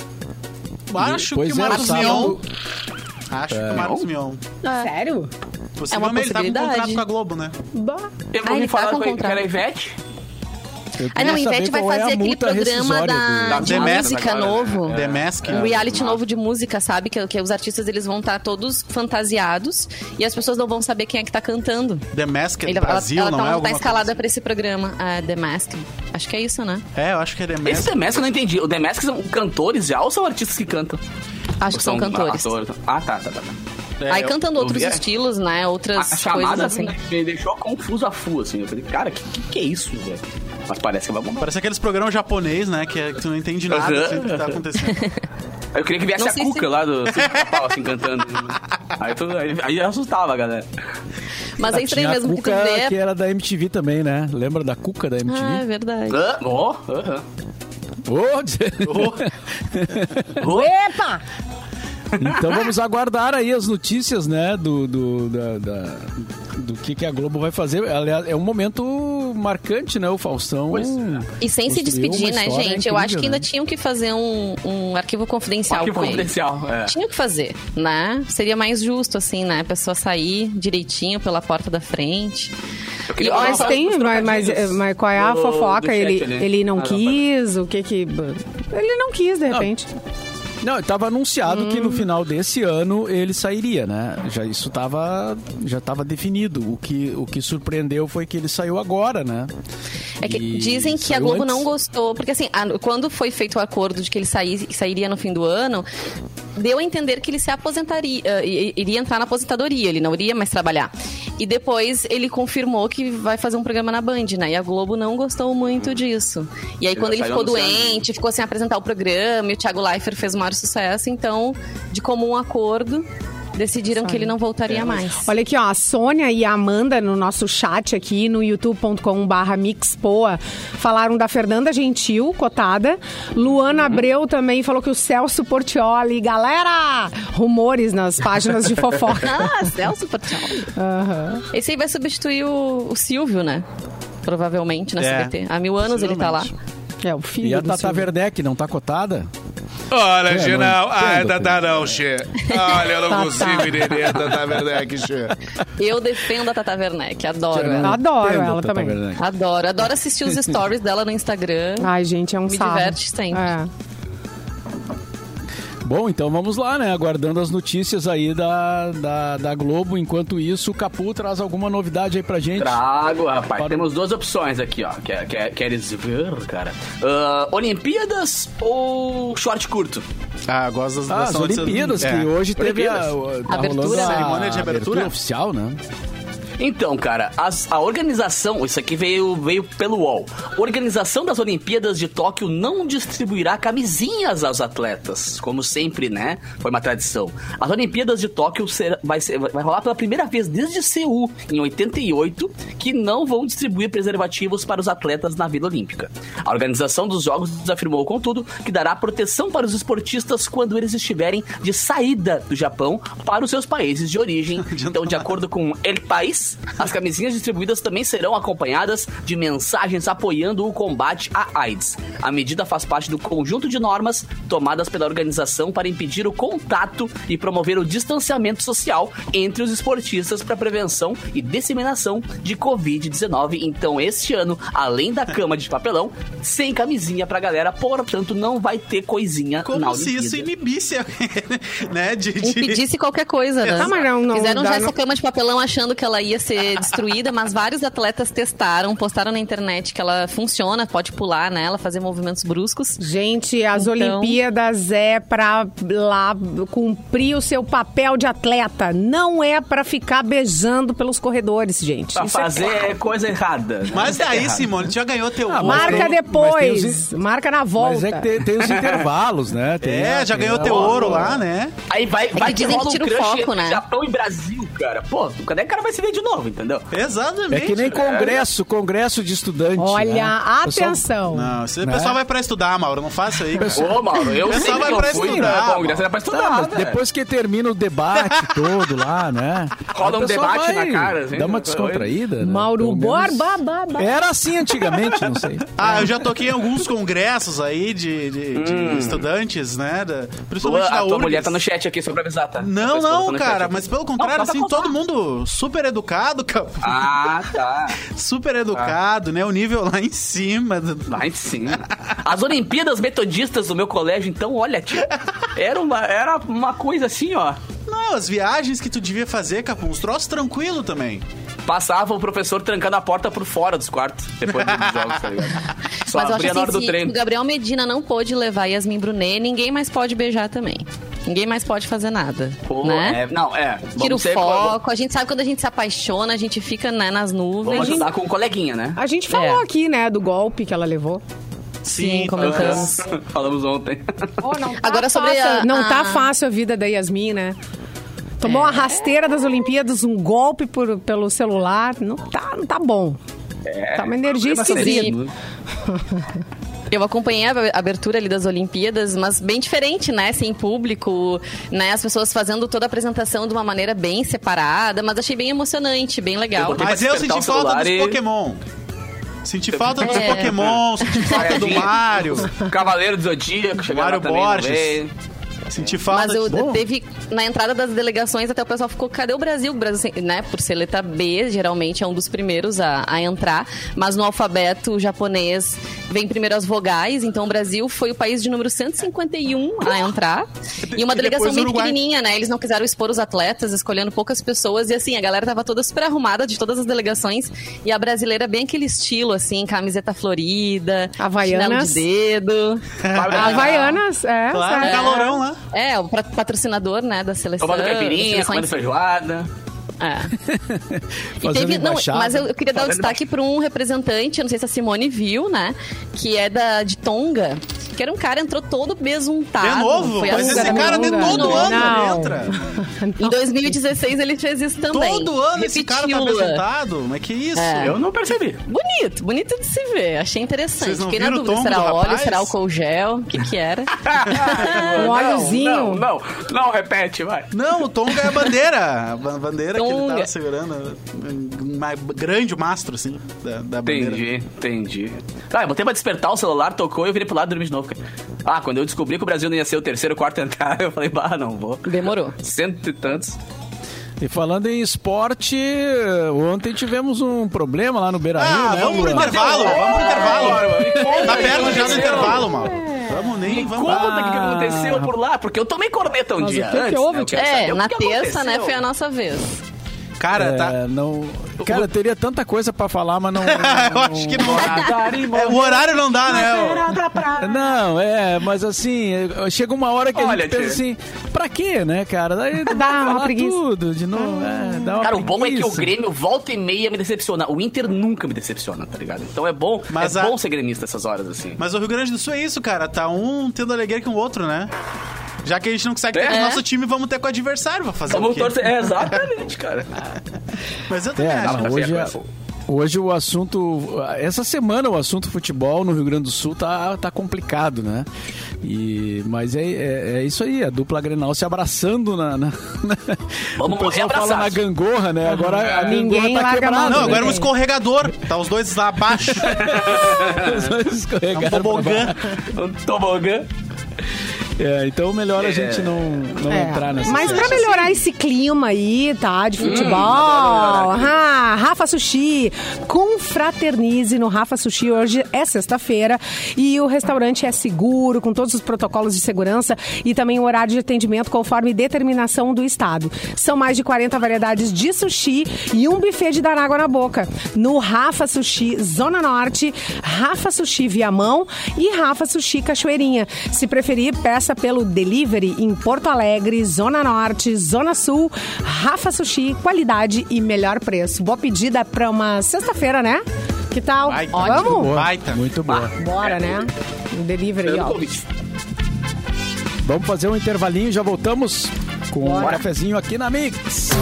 E: Acho
D: Pois
E: que o
D: é,
E: Marcos
D: sábado-
E: Mion. Acho que o Marcos Mion.
A: Sério?
E: Possivelmente ele tá com um
B: possibilidade.
E: contrato com a Globo, né?
A: Bah.
C: Eu
B: Ah, ele
C: ouvi
B: tá
C: falar
B: com
C: que
B: contrato.
C: era a Ivete.
D: Eu
B: Ah, não,
D: queria
B: Ivete
D: saber
B: vai
D: qual é a
B: fazer aquele
D: multa
B: programa
D: rescisória
B: da,
D: do-
B: de
E: The Mask
B: música
C: agora,
B: novo.
C: né?
E: The Mask.
B: Um reality novo de música, sabe? Que os artistas eles vão estar todos fantasiados e as pessoas não vão saber quem é que tá cantando.
E: The Mask é do
B: Ela
E: Brasil,
B: tá,
E: não é
B: tá
E: alguma
B: escalada
E: coisa
B: pra esse programa, a The Mask. Acho que é isso, né?
E: assim? É, eu acho que é The
C: Esse
E: Mask.
C: The Mask eu não entendi. O The Mask são cantores já ou são artistas que cantam?
B: Acho que são cantores.
C: atores? Ah, tá.
B: Aí cantando
C: eu
B: outros
C: vi-
B: estilos, né?
C: A
B: Outras
C: chamada
B: coisas assim.
C: me deixou confuso a full, assim. Eu falei, cara, que é isso, velho? Mas parece que vai bombar.
E: Parece aqueles programas japonês, né? Que tu não entende nada
C: Aham.
E: assim, do que tá acontecendo.
C: Eu queria que viesse
B: Não
C: a
B: sei
C: Cuca
B: se-
C: lá do Pica-Pau, assim, cantando. Aí assustava a galera.
B: Mas é estranho
D: Tinha a
B: mesmo que tu
D: Cuca,
B: vê.
D: que era da MTV também, né? Lembra da Cuca da MTV?
B: Ah, é verdade.
A: Epa!
D: Então vamos aguardar aí as notícias, né, do que a Globo vai fazer. Aliás, é um momento marcante, né, o Faustão.
B: E sem se
D: construiu
B: despedir,
D: uma
B: né,
D: história
B: gente? Eu acho
D: incrível,
B: que ainda
D: né?
B: tinham que fazer um arquivo confidencial
C: Arquivo
B: com ele.
C: confidencial, é.
B: Tinha que fazer, né? Seria mais justo, assim, né? A pessoa sair direitinho pela porta da frente.
C: Eu queria
B: E,
C: falar
A: Mas
C: só
A: tem,
C: dos
A: mas
C: trocadilhos
A: qual é a
C: do
A: fofoca?
C: chat
A: Ele,
C: ali.
A: ele não
C: Ah,
A: quis, o que que... Ele não quis, de repente.
D: Não, estava anunciado que no final desse ano ele sairia, né? Já estava definido. O que surpreendeu foi que ele saiu agora, né?
B: É que
D: E
B: dizem que a
D: saiu
B: Globo
D: antes.
B: não gostou, porque assim, quando foi feito o acordo de que ele sairia no fim do ano, deu a entender que ele se aposentaria, iria entrar na aposentadoria, ele não iria mais trabalhar. E depois ele confirmou que vai fazer um programa na Band, né? E a Globo não gostou muito disso. E aí quando
C: já
B: ele
C: saiu
B: ficou
C: anunciando.
B: doente, ficou sem apresentar o programa, e o Thiago Leifert fez o maior sucesso, então, de comum acordo, decidiram que ele não voltaria mais.
A: Olha aqui, ó, a Sônia e a Amanda no nosso chat aqui no youtube.com/mixpoa falaram da Fernanda Gentil, cotada. Luana Abreu também falou que o Celso Portioli, galera, rumores nas páginas de fofoca.
B: Ah, Celso Portioli.
A: Aham.
B: Esse aí vai substituir o Silvio, né? Provavelmente na
E: É,
B: SBT. Há 1000 anos ele tá lá.
A: É, o filho
D: E a
A: do
D: Tata
A: Silvio.
D: Werneck não tá cotada?
G: Olha,
D: É,
G: Gê,
D: não
G: não. Ah,
D: entendo,
G: Tatá não, Xê. Olha, eu não
A: Tatá.
G: consigo entender a Tatá Werneck, Xê.
B: Eu defendo a Tata Werneck, adoro
A: Eu
B: ela.
A: adoro
D: Entendo,
A: ela
D: Tata
A: também.
D: Werneck.
B: Adoro assistir os stories dela no Instagram.
A: Ai, gente, é um
B: Me
A: sarro.
B: diverte sempre.
A: É.
D: Bom, então vamos lá, né? Aguardando as notícias aí da Globo. Enquanto isso, o Capu traz alguma novidade aí pra gente.
C: Trago, rapaz.
D: Para-
C: Temos duas opções aqui, ó. Queres ver, cara? Olimpíadas ou short curto?
E: Ah, gosto das
D: As Olimpíadas,
E: É.
D: que hoje teve
C: Olimpíadas.
D: tá
B: Abertura,
D: rolando a
E: cerimônia de abertura.
D: oficial, né?
C: Então, cara, a organização, isso aqui veio pelo UOL. A organização das Olimpíadas de Tóquio não distribuirá camisinhas aos atletas, como sempre, né? Foi uma tradição. As Olimpíadas de Tóquio vai rolar pela primeira vez desde Seul, em 88, que não vão distribuir preservativos para os atletas na Vila Olímpica. A organização dos Jogos afirmou, contudo, que dará proteção para os esportistas quando eles estiverem de saída do Japão para os seus países de origem. Então, de acordo com El País, as camisinhas distribuídas também serão acompanhadas de mensagens apoiando o combate à AIDS. A medida faz parte do conjunto de normas tomadas pela organização para impedir o contato e promover o distanciamento social entre os esportistas para prevenção e disseminação de Covid-19. Então, este ano, além da cama de papelão, sem camisinha pra galera, portanto, não vai ter coisinha
E: Como
C: na
E: se
C: Olimpíada.
E: isso inibisse, né?
B: Impedisse qualquer coisa, né?
A: Tá, mas não
B: Fizeram
A: dá,
B: já
A: não.
B: essa cama de papelão achando que ela ia ser destruída, mas vários atletas testaram, postaram na internet que ela funciona, pode pular nela, fazer movimentos bruscos.
A: Gente, as
B: Então-
A: Olimpíadas é pra lá cumprir o seu papel de atleta. Não é pra ficar beijando pelos corredores, gente.
C: Pra
A: Isso é
C: fazer
A: claro.
C: coisa errada.
E: Mas
C: Isso é
E: daí,
C: errado.
E: Simone, tu já ganhou teu
D: Ah,
E: ouro.
D: mas
A: Marca
D: tem-
A: depois.
D: mas tem
A: Marca na volta.
D: Mas é que tem os intervalos, né?
E: Já ganhou teu ouro lá, né?
C: Aí vai
B: que dizem
C: rola
B: que tira o
C: crush
B: foco,
C: entre
B: né?
C: Japão e Brasil, cara. Pô, cadê o cara vai se ver de novo, entendeu?
E: Exatamente.
D: É que nem congresso de estudante.
A: Olha,
D: né? O pessoal-
A: atenção.
E: Não, o
D: Né?
E: pessoal vai pra estudar, Mauro. Não faça aí.
C: Ô, Mauro, eu
E: O pessoal
C: sempre
E: vai
C: que
E: pra
C: eu fui
E: estudar,
C: no congresso era pra estudar,
D: Tá, mas
C: velho.
D: depois que termina o debate todo lá, né?
C: Rola
D: o
C: um
D: pessoal
C: debate
D: vai
C: na cara, assim,
D: Dá uma
C: oi.
D: descontraída. né?
A: Mauro
D: Pelo menos-
A: Borba.
D: Era assim antigamente, não sei.
E: Eu já toquei em alguns congressos aí de estudantes, né? Principalmente da
C: A tua
E: URGS.
C: mulher tá no chat aqui só pra avisar, tá?
E: Não,
C: Tua esposa
E: não,
C: tá no chat
E: cara,
C: aqui.
E: mas pelo contrário,
C: Não, pode
E: assim,
C: contar.
E: todo mundo super educado, cara.
C: Ah, tá.
E: Super educado, né? O nível lá em cima.
C: Lá em cima. As Olimpíadas Metodistas do meu colégio, então, olha, tia, era uma coisa assim, ó.
E: Não, as viagens que tu devia fazer, Capum, uns troços tranquilo também.
C: Passava o professor trancando a porta por fora dos quartos, depois dos jogos, tá ligado? Só
B: Mas eu acho
C: abria na hora
B: assim,
C: do
B: se
C: treino.
B: o Gabriel Medina não pôde levar Yasmin Brunet, ninguém mais pode beijar também. Ninguém mais pode fazer nada,
C: Pô,
B: né? Tira o
C: ser-
B: foco, a gente sabe quando a gente se apaixona, a gente fica, né, nas nuvens.
C: Vamos ajudar com um coleguinha, né?
A: A gente falou
B: É.
A: aqui, né, do golpe que ela levou.
B: Sim, comentamos.
C: Falamos ontem.
B: Agora sobre
A: fácil, não tá
B: a-
A: fácil a vida da Yasmin, né? Tomou uma rasteira das Olimpíadas, um golpe pelo celular. Não tá bom. Tá uma energia
C: Problema
A: esquisita.
B: Eu acompanhei a abertura ali das Olimpíadas, mas bem diferente, né? Sem público, né? As pessoas fazendo toda a apresentação de uma maneira bem separada, mas achei bem emocionante, bem legal.
C: botei
E: Mas
C: pra
E: eu
C: despertar
E: senti
C: o
E: falta
C: celular
E: dos
C: e-
E: Pokémon. Senti falta dos
B: É.
E: Pokémon, senti falta do Mario.
C: Cavaleiro do Zodíaco, chegou
E: Mário
C: lá também, não
E: Borges.
C: veio.
E: Senti falta
B: Mas eu
E: de...
B: teve, na entrada das delegações, até o pessoal ficou, cadê o Brasil? O Brasil, né, por ser letra B, geralmente é um dos primeiros a entrar, mas no alfabeto japonês vem primeiro as vogais, então o Brasil foi o país de número 151 a entrar, e uma
E: E
B: delegação
E: depois o
B: bem
E: Uruguai.
B: pequenininha, né, eles não quiseram expor os atletas, escolhendo poucas pessoas, e assim, a galera tava toda super arrumada de todas as delegações, e a brasileira bem aquele estilo, assim, camiseta florida,
A: Havaianas.
B: chinelo de dedo.
A: Havaianas,
E: Claro,
A: certo.
E: calorão lá.
B: É, o patrocinador, né, da seleção.
C: Tomando caipirinha,
B: seleções-
C: comendo feijoada.
B: É. E
D: Fazendo
B: teve, não,
D: embaixada.
B: mas eu queria dar o destaque para um representante, eu não sei se a Simone viu, né? Que é de Tonga. Que era um cara, entrou todo besuntado.
E: De novo?
B: Foi
E: Mas
B: a-
E: esse cara de
A: Tonga.
E: todo ano
A: Não.
E: entra.
B: Em 2016 ele fez isso também.
E: Todo ano esse cara tá
B: Repetiu-a.
E: apresentado. Mas que isso?
C: Eu não percebi.
B: Bonito de se ver. Achei interessante.
E: Vocês não
B: Fiquei na
E: viram o
B: dúvida,
E: tombo do
B: será óleo,
E: rapaz?
B: será álcool gel? O que era?
A: Um óleozinho.
C: Não, repete, vai.
E: Não, o Tonga é a bandeira. A bandeira que ele
B: Tonga.
E: tava segurando. Uma grande mastro, assim, da bandeira.
C: Entendi. Ah, eu botei pra despertar o celular, tocou e eu virei pro lado e dormi de novo, cara. Ah, quando eu descobri que o Brasil não ia ser o terceiro, quarto a entrar, eu falei, não vou.
B: Demorou.
C: Cento e tantos.
D: E falando em esporte, ontem tivemos um problema lá no Beira-Rio, né,
E: Vamos pro
D: Luan?
E: intervalo, vamos pro intervalo. Tá perto já do
C: aconteceu?
E: intervalo, Mauro. Vamos nem, vamos
C: Conta
E: lá.
C: o que aconteceu por lá, porque eu tomei corneta um
A: Mas
C: dia
A: o que
C: antes.
A: houve,
C: né? Eu quero saber o
B: Na
C: que
B: terça, né,
C: aconteceu.
B: foi a nossa vez.
E: Cara, tá...
D: Não... Cara, teria tanta coisa pra falar, mas não...
E: Eu acho que não dá. O horário não dá, né?
A: pra...
D: Não, mas assim, chega uma hora que a
C: Olha,
D: gente pensa assim, pra quê, né, cara? Daí
A: Dá uma
D: falar
A: preguiça.
D: tudo de novo. Dá uma
C: Cara, o bom é que o
D: preguiça.
C: Grêmio volta e meia me decepciona. O Inter nunca me decepciona, tá ligado? Então é bom,
E: Mas
C: bom ser gremista essas horas, assim.
E: Mas o Rio Grande do Sul é isso, cara. Tá um tendo alegria com o outro, né? Já que a gente não consegue ter com o nosso time, vamos ter com o adversário. Vai fazer o
C: Vamos
E: quê?
C: torcer. Exatamente, cara.
E: Mas eu também acho.
D: Não, hoje o assunto... Essa semana o assunto futebol no Rio Grande do Sul tá complicado, né? Mas é isso aí, a dupla Grenal se abraçando
C: Vamos
D: o pessoal
C: morrer
D: fala na
C: abraçados.
D: gangorra, né? Agora a
A: Ninguém
D: gangorra tá
A: larga a mão.
D: quebrada.
E: Não,
D: né?
E: agora é um escorregador. Tá os dois lá abaixo.
D: Os dois
E: É um
D: escorregaram pra
E: tobogã.
C: Um tobogã.
D: então melhor a gente não entrar nessa
A: Mas pra
D: situação.
A: melhorar esse clima aí, tá? De futebol. Rafa Sushi. Confraternize no Rafa Sushi. Hoje é sexta-feira e o restaurante é seguro, com todos os protocolos de segurança e também o horário de atendimento conforme determinação do Estado. São mais de 40 variedades de sushi e um buffet de dar água na boca. No Rafa Sushi Zona Norte, Rafa Sushi Viamão e Rafa Sushi Cachoeirinha. Se preferir, peça pelo delivery em Porto Alegre, Zona Norte, Zona Sul, Rafa Sushi, qualidade e melhor preço. Boa pedida pra uma sexta-feira, né? Que tal?
E: Baita.
A: Vamos?
D: Boa,
E: Baita.
D: muito boa.
A: Bora, né? O delivery,
C: Esperando o
A: ó.
C: convite.
D: Vamos fazer um intervalinho e já voltamos com um
A: Bora.
D: cafezinho aqui na Mix.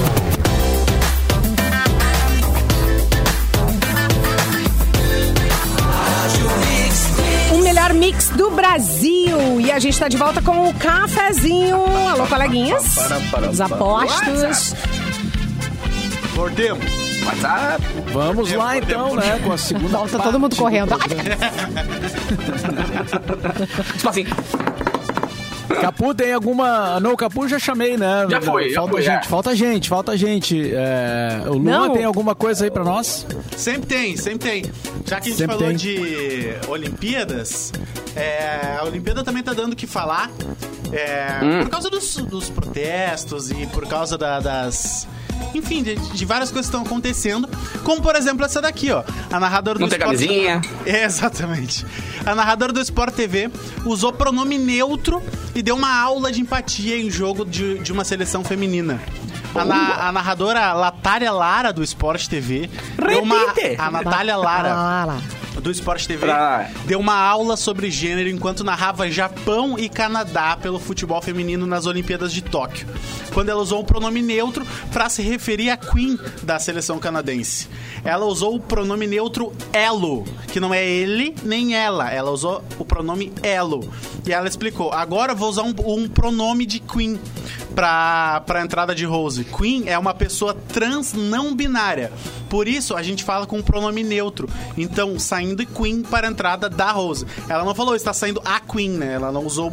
A: O melhor mix do Brasil. E a gente tá de volta com o cafezinho. Alô, coleguinhas. Os apostos.
E: Mordemos.
C: WhatsApp.
D: Vamos lá então, né? Com a segunda
A: Volta
D: parte
A: todo mundo
D: do
A: correndo.
D: programa.
C: Tipo assim,
D: Capu tem alguma... Não, o Capu já chamei, né?
C: Já foi,
D: Falta gente. O Luan
A: Não.
D: tem alguma coisa aí pra nós?
E: Sempre tem. Já que a gente
D: Sempre
E: falou
D: tem.
E: de Olimpíadas, a Olimpíada também tá dando o que falar. Por causa dos protestos e por causa das... Enfim, de várias coisas que estão acontecendo. Como, por exemplo, essa daqui, ó. A narradora do
C: não tem
E: Sport...
C: camisinha.
E: Exatamente. A narradora do Sport TV usou pronome neutro e deu uma aula de empatia em jogo de uma seleção feminina. A narradora Natália Lara do Sport TV deu a Natália Lara do Sport TV deu uma aula sobre gênero enquanto narrava Japão e Canadá pelo futebol feminino nas Olimpíadas de Tóquio, quando ela usou o pronome neutro para se referir à Queen da seleção canadense. Ela usou o pronome neutro elo, que não é ele nem ela. Ela usou o pronome elo. E ela explicou: agora eu vou usar um pronome de Queen pra entrada de Rose. Queen é uma pessoa trans não binária. Por isso, a gente fala com um pronome neutro. Então, saindo Queen para a entrada da Rose. Ela não falou está saindo a Queen, né? Ela não usou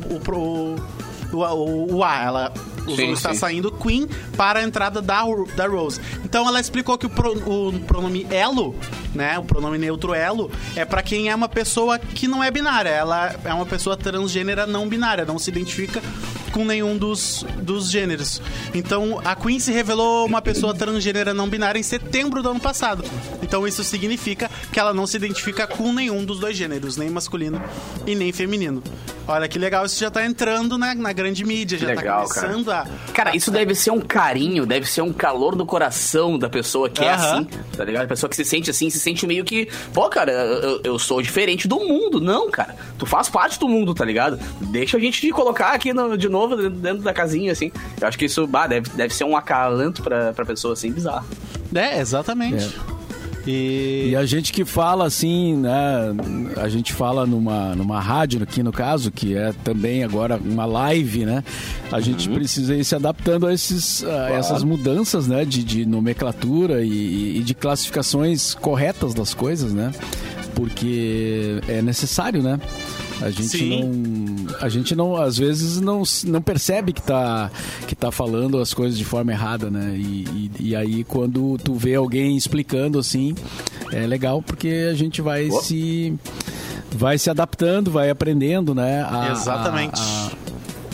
E: o A. Ela usou está saindo Queen para a entrada da Rose. Então, ela explicou que o pronome elo, né? O pronome neutro elo é para quem é uma pessoa que não é binária. Ela é uma pessoa transgênera não binária. Não se identifica com nenhum dos gêneros. Então, a Queen se revelou uma pessoa transgênera não binária em setembro do ano passado. Então, isso significa que ela não se identifica com nenhum dos dois gêneros, nem masculino e nem feminino. Olha que legal, isso já tá entrando na grande mídia, já
C: Legal,
E: tá começando a...
C: Cara, isso deve ser um carinho, deve ser um calor do coração da pessoa que é assim, tá ligado? A pessoa que se sente assim, se sente meio que... Pô, cara, eu sou diferente do mundo. Não, cara. Tu faz parte do mundo, tá ligado? Deixa a gente te colocar aqui de novo dentro da casinha, assim. Eu acho que isso deve ser um acalanto pra pessoa, assim, bizarro.
E: Exatamente.
D: E a gente que fala assim, né? A gente fala numa rádio aqui no caso, que é também agora uma live, né? A gente precisa ir se adaptando a essas mudanças, né? De nomenclatura e de classificações corretas das coisas, né? Porque é necessário, né? A gente não, às vezes não percebe que tá falando as coisas de forma errada, né? E aí quando tu vê alguém explicando assim, é legal porque a gente vai se adaptando, vai aprendendo, né?
E: Exatamente.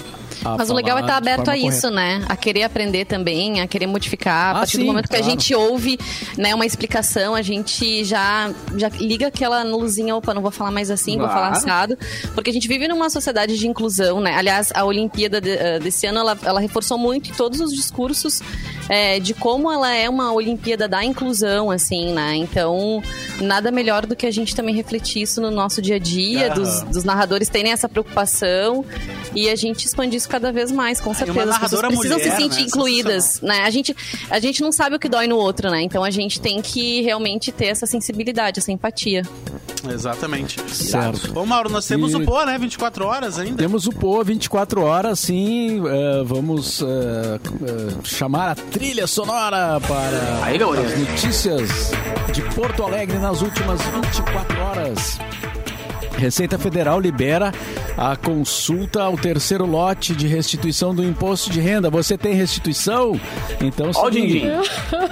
B: Mas o legal é estar
D: falar de
B: aberto a
D: forma
B: isso, né? A querer aprender também, a querer modificar. A partir do
D: sim,
B: momento que a
D: claro.
B: gente ouve, né, uma explicação, a gente já liga aquela luzinha, opa, não vou falar mais assim, vou falar assado. Porque a gente vive numa sociedade de inclusão, né? Aliás, a Olimpíada desse ano, ela reforçou muito em todos os discursos de como ela é uma Olimpíada da inclusão, assim, né? Então, nada melhor do que a gente também refletir isso no nosso dia a dia, dos narradores terem essa preocupação e a gente expandir isso cada vez mais, com certeza.
E: uma
B: As pessoas
E: narradora
B: precisam
E: mulher,
B: se sentir
E: né?
B: incluídas, né? A gente não sabe o que dói no outro, né? Então a gente tem que realmente ter essa sensibilidade, essa empatia.
E: Exatamente.
D: Certo.
E: Ô, Mauro, nós temos
D: E-
E: o Pô, né? 24 horas ainda.
D: Temos o Pô 24 horas, sim. Vamos chamar a trilha sonora para
C: Aí, Gabriel.
D: as notícias de Porto Alegre nas últimas 24 horas. Receita Federal libera a consulta ao terceiro lote de restituição do imposto de renda. Você tem restituição? Então,
C: Ó o
D: seguinte,
C: din-din.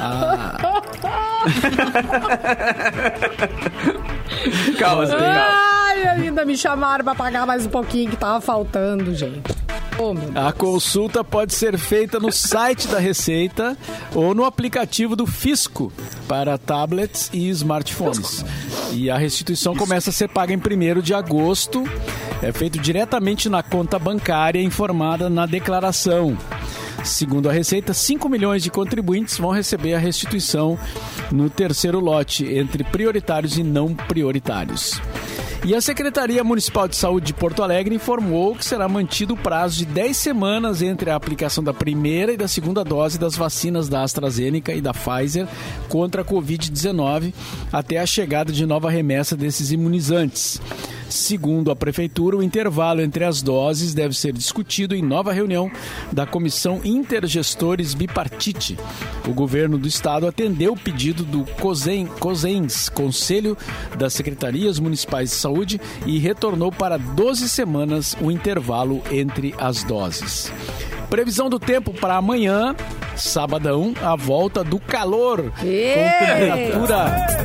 C: Calma,
A: Ai, ainda me chamaram pra pagar mais um pouquinho que tava faltando, gente. Ô, meu Deus.
D: a consulta pode ser feita no site da Receita ou no aplicativo do Fisco para tablets e smartphones. E a restituição começa a ser paga em 1º de agosto. É feito diretamente na conta bancária informada na declaração. Segundo a Receita, 5 milhões de contribuintes vão receber a restituição no terceiro lote, entre prioritários e não prioritários. E a Secretaria Municipal de Saúde de Porto Alegre informou que será mantido o prazo de 10 semanas entre a aplicação da primeira e da segunda dose das vacinas da AstraZeneca e da Pfizer contra a Covid-19 até a chegada de nova remessa desses imunizantes. Segundo a Prefeitura, o intervalo entre as doses deve ser discutido em nova reunião da Comissão Intergestores Bipartite. O governo do estado atendeu o pedido do COSENS, Conselho das Secretarias Municipais de Saúde, e retornou para 12 semanas o intervalo entre as doses. Previsão do tempo para amanhã, sabadão, a volta do calor. Com temperatura...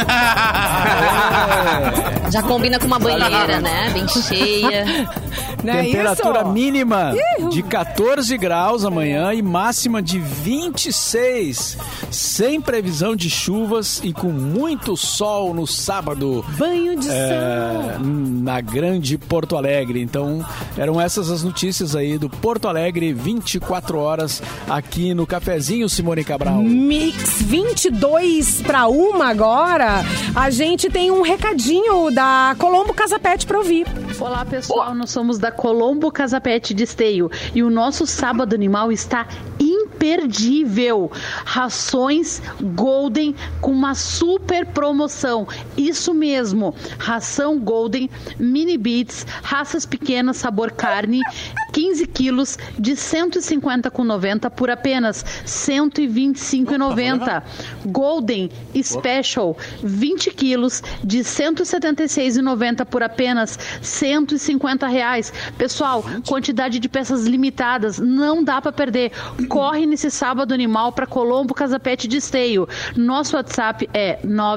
B: Já combina com uma banheira, né? Bem cheia.
A: Não é
D: Temperatura
A: isso?
D: mínima de 14 graus amanhã e máxima de 26, sem previsão de chuvas e com muito sol no sábado.
A: Banho de sol.
D: Na grande Porto Alegre. Então, eram essas as notícias aí do Porto Alegre, 24 horas aqui no Cafezinho, Simone Cabral.
A: Mix 22 para 1 agora. A gente tem um recadinho da Colombo Casa Pet pra ouvir.
H: Olá pessoal, nós somos da Colombo Casa Pet de Esteio e o nosso sábado animal está imperdível. Rações Golden com uma super promoção. Isso mesmo, ração Golden Mini Beats, raças pequenas, sabor carne, 15 quilos de 150,90 por apenas 125,90. Golden Special, 20 quilos de 176,90 por apenas R$150. Pessoal, quantidade de peças limitadas, não dá para perder. Corre nesse sábado animal para Colombo Casa Pet de Esteio. Nosso WhatsApp é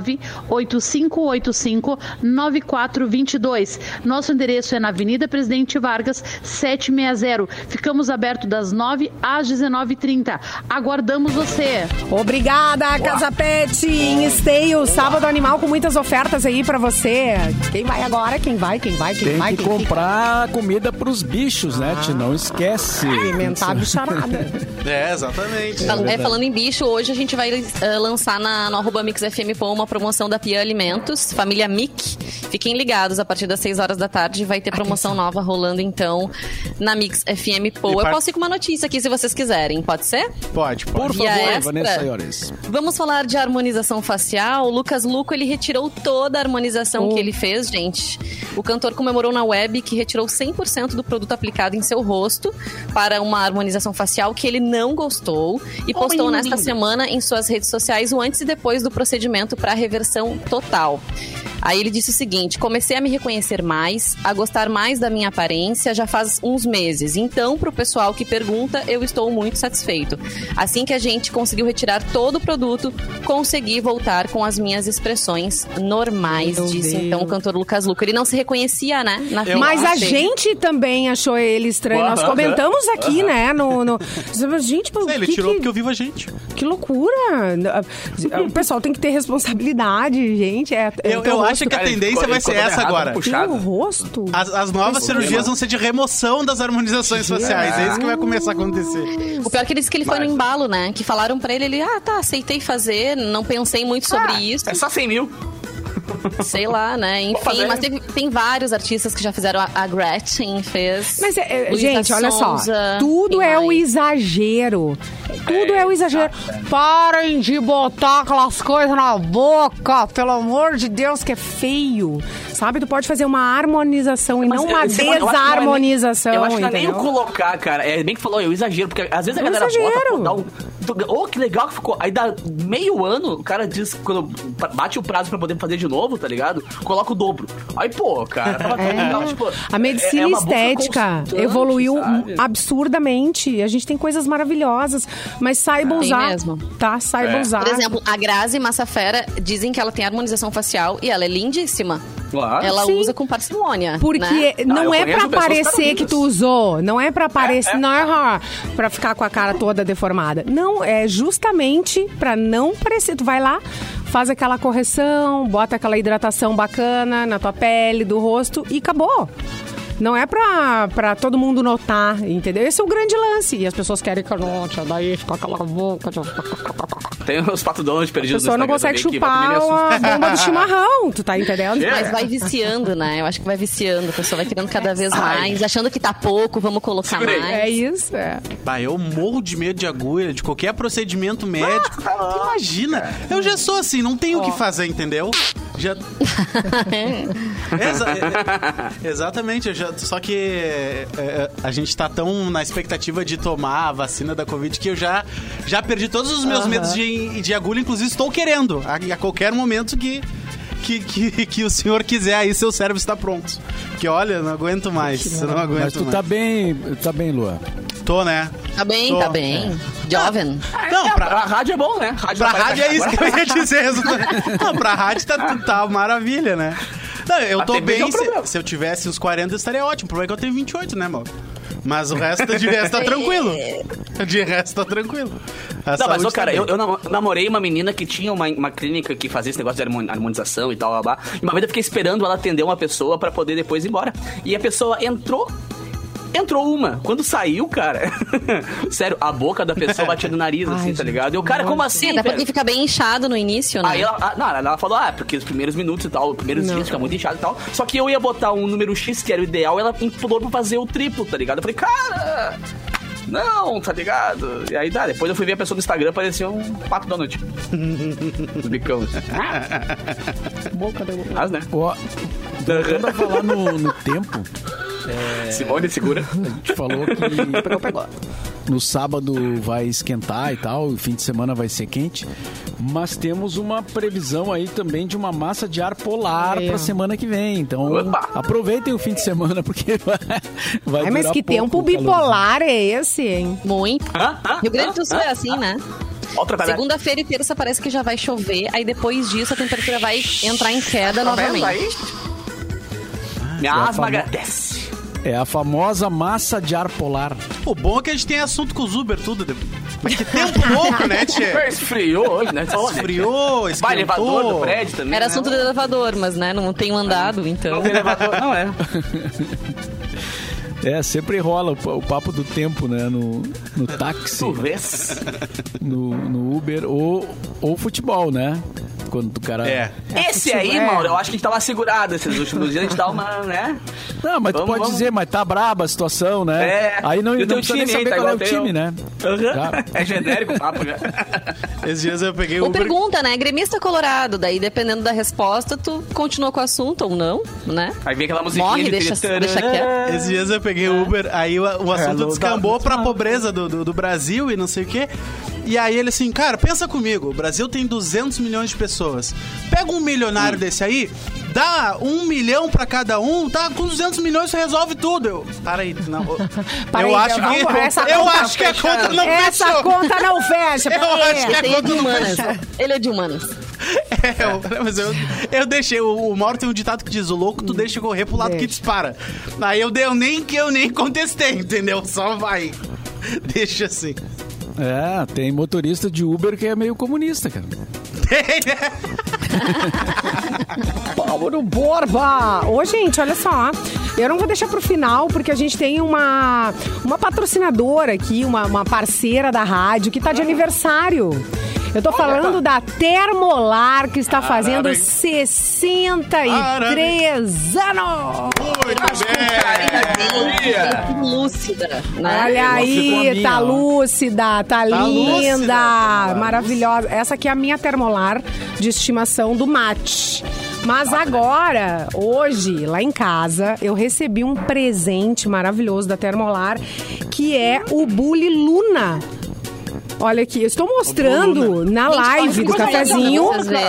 H: 985859422. Nosso endereço é na Avenida Presidente Vargas, 760. Ficamos abertos das 9 às 19h30. Aguardamos você.
A: Obrigada, Casa Pet em Esteio. Sábado animal com muitas ofertas aí pra você. Quem vai agora? Quem vai?
D: Tem
A: Quem
D: que
A: fica?
D: comprar comida pros bichos, né? Te não esquece.
A: Alimentar a bicharada.
E: É, exatamente.
B: Falando em bicho, hoje a gente vai lançar no @MixFMPom uma promoção da Pia Alimentos, família Mic. Fiquem ligados, a partir das 6 horas da tarde vai ter promoção nova rolando então na Mix FM Pom. Eu posso ir com uma notícia aqui se vocês quiserem, pode ser?
E: Pode.
D: Por
B: E a
D: favor,
B: extra?
D: Vanessa Iores.
B: Vamos falar de harmonização facial. O Lucas Luco, ele retirou toda a harmonização que ele fez, gente. O cantor comemorou na web que retirou 100% do produto aplicado em seu rosto para uma harmonização facial que ele não gostou e postou nesta semana em suas redes sociais o antes e depois do procedimento para reversão total. Aí ele disse o seguinte: comecei a me reconhecer mais, a gostar mais da minha aparência já faz uns meses. Então, pro pessoal que pergunta, eu estou muito satisfeito. Assim que a gente conseguiu retirar todo o produto, consegui voltar com as minhas expressões normais, disse então o cantor Lucas Luco. Ele não se reconhecia, né?
A: Mas a gente também achou ele estranho. Nós comentamos aqui, né? Gente,
E: Ele tirou porque eu vivo a gente.
A: Que loucura! O pessoal tem que ter responsabilidade, gente.
E: Eu acho que a tendência vai ser essa agora.
A: O rosto.
E: As novas cirurgias vão ser de remoção das harmonizações faciais. É isso que vai começar a acontecer.
B: O pior é que ele disse que ele foi no embalo, né? Que falaram pra ele, aceitei fazer, não pensei muito sobre isso.
C: É só 100 mil.
B: Sei lá, né? Enfim, mas tem vários artistas que já fizeram. A Gretchen fez.
A: Mas, gente, olha só. Tudo é o exagero. Tudo é o exagero. Parem de botar aquelas coisas na boca. Pelo amor de Deus, que é feio. Sabe? Tu pode fazer uma harmonização e não uma desarmonização.
C: Eu acho que não é nem o colocar, cara. É bem que falou, eu exagero. Porque às vezes a galera bota, que legal que ficou. Aí dá meio ano, o cara diz, quando bate o prazo pra poder fazer de novo, tá ligado? Coloca o dobro. Aí, pô, cara.
A: A medicina estética evoluiu absurdamente. A gente tem coisas maravilhosas, mas saiba usar.
B: Mesmo.
A: Tá? Saiba usar.
B: Por exemplo, a Grazi Massafera, dizem que ela tem harmonização facial e ela é lindíssima.
C: Claro.
B: Ela usa com parcimônia.
A: Porque
B: né?
A: não é pra parecer que tu usou. Não é pra parecer. Não é pra ficar com a cara toda deformada. Não, é justamente pra não parecer. Tu vai lá, faz aquela correção, bota aquela hidratação bacana na tua pele, do rosto e acabou. Não é pra todo mundo notar, entendeu? Esse é o grande lance. E as pessoas querem que eu note, daí fica aquela boca.
C: Tem os pato Donald perdidos.
A: A pessoa não consegue chupar a bomba do chimarrão, tu tá entendendo?
B: Mas vai viciando, né? Eu acho que vai viciando. A pessoa vai querendo cada vez mais, achando que tá pouco, vamos colocar mais.
A: É isso,
E: Eu morro de medo de agulha, de qualquer procedimento médico. Imagina. Eu já sou assim, não tenho o que fazer, entendeu? Já... Exatamente, só que a gente tá tão na expectativa de tomar a vacina da Covid que eu já perdi todos os meus medos de agulha, inclusive estou querendo a qualquer momento que o senhor quiser, aí seu cérebro está pronto. Porque olha, não aguento mais. Não aguento.
D: Mas tu
E: mais.
D: tá bem, Lua.
E: Tô, né?
B: Tá bem. Jovem.
E: Não,
C: pra rádio é bom, né?
E: Pra rádio é isso que eu ia dizer. Não, pra rádio tá maravilha, né? Não, eu tô bem. Se eu tivesse os 40, estaria ótimo. O problema é que eu tenho 28, né, mano? Mas de resto tá tranquilo. De resto tá tranquilo.
C: Não, mas, cara, eu namorei uma menina que tinha uma clínica que fazia esse negócio de harmonização e tal, blá, blá. E uma vez eu fiquei esperando ela atender uma pessoa pra poder depois ir embora. E a pessoa entrou uma. Quando saiu, cara... Sério, a boca da pessoa batia no nariz, assim, tá ligado? E o cara, como assim?
B: Até porque fica bem inchado no início, né?
C: Aí ela falou, porque os primeiros minutos e tal, os primeiros dias fica muito inchado e tal. Só que eu ia botar um número X, que era o ideal, ela implorou pra fazer o triplo, tá ligado? Eu falei, cara... Não, tá ligado? E aí depois eu fui ver a pessoa no Instagram, parecia um pato da noite. Os bicão.
B: Boca da boca.
C: Mas, né?
D: Voltando a falar no tempo...
C: Simone, segura.
D: A gente falou que no sábado vai esquentar e tal, o fim de semana vai ser quente, mas temos uma previsão aí também de uma massa de ar polar pra semana que vem. Então, aproveitem o fim de semana, porque vai
A: mas que tempo bipolar é esse, hein?
B: Muito. Rio Grande do Sul é assim, né? Segunda-feira e terça parece que já vai chover, aí depois disso a temperatura vai entrar em queda novamente.
C: Minha asma agradece.
D: É a famosa massa de ar polar.
E: O bom é que a gente tem assunto com os Uber, tudo. Mas que tempo louco, né, tchê?
C: Esfriou hoje, né?
E: Esfriou, esquentou.
C: Vai, elevador do prédio também.
B: Era assunto do elevador, mas, né, não tenho andado, então.
C: Não tem elevador, não é.
D: Sempre rola o papo do tempo, né? No táxi, no Uber ou futebol, né? Quando o cara...
C: Esse aí, Mauro, eu acho que a gente tava segurado esses últimos dias, a gente tava uma, né?
D: Não, mas tu pode dizer, mas tá braba a situação, né? Aí não precisa nem saber qual é o time, né?
C: É genérico o papo, já.
E: Esses dias eu peguei
B: o Uber... pergunta, né? Gremista colorado, daí dependendo da resposta, tu continua com o assunto ou não, né?
C: Aí vem aquela musiquinha
B: Morre, deixa quieto.
E: Esses dias eu peguei o Uber, aí o assunto descambou pra pobreza do Brasil e não sei o quê. E aí ele assim, cara, pensa comigo, o Brasil tem 200 milhões de pessoas. Pega um milionário desse aí, dá 1 milhão pra cada um, tá? Com 200 milhões você resolve tudo. Eu, para aí, não. Eu acho que a conta não fecha.
A: Essa conta não fecha.
E: Eu acho que a
B: Ele é
E: conta
B: de
E: não
B: humanas.
E: fecha.
B: Ele é de humanas.
E: Mas eu deixei. O Mauro tem um ditado que diz: o louco tu deixa correr pro lado que dispara. Aí eu nem contestei, entendeu? Só vai. Deixa assim.
D: Tem motorista de Uber que é meio comunista, cara.
A: Paulo Borba! Ô, gente, olha só. Eu não vou deixar pro final, porque a gente tem uma patrocinadora aqui, uma parceira da rádio, que tá de aniversário. Eu tô falando da Termolar, que está fazendo 63 anos!
B: Lúcida, né?
A: Olha aí, tá lúcida, tá linda,
E: lúcida.
A: maravilhosa. Essa aqui é a minha Termolar de estimação do mate. Mas agora, hoje, lá em casa, eu recebi um presente maravilhoso da Termolar, que é o Bully Luna. Olha aqui, eu estou mostrando na live do cafezinho,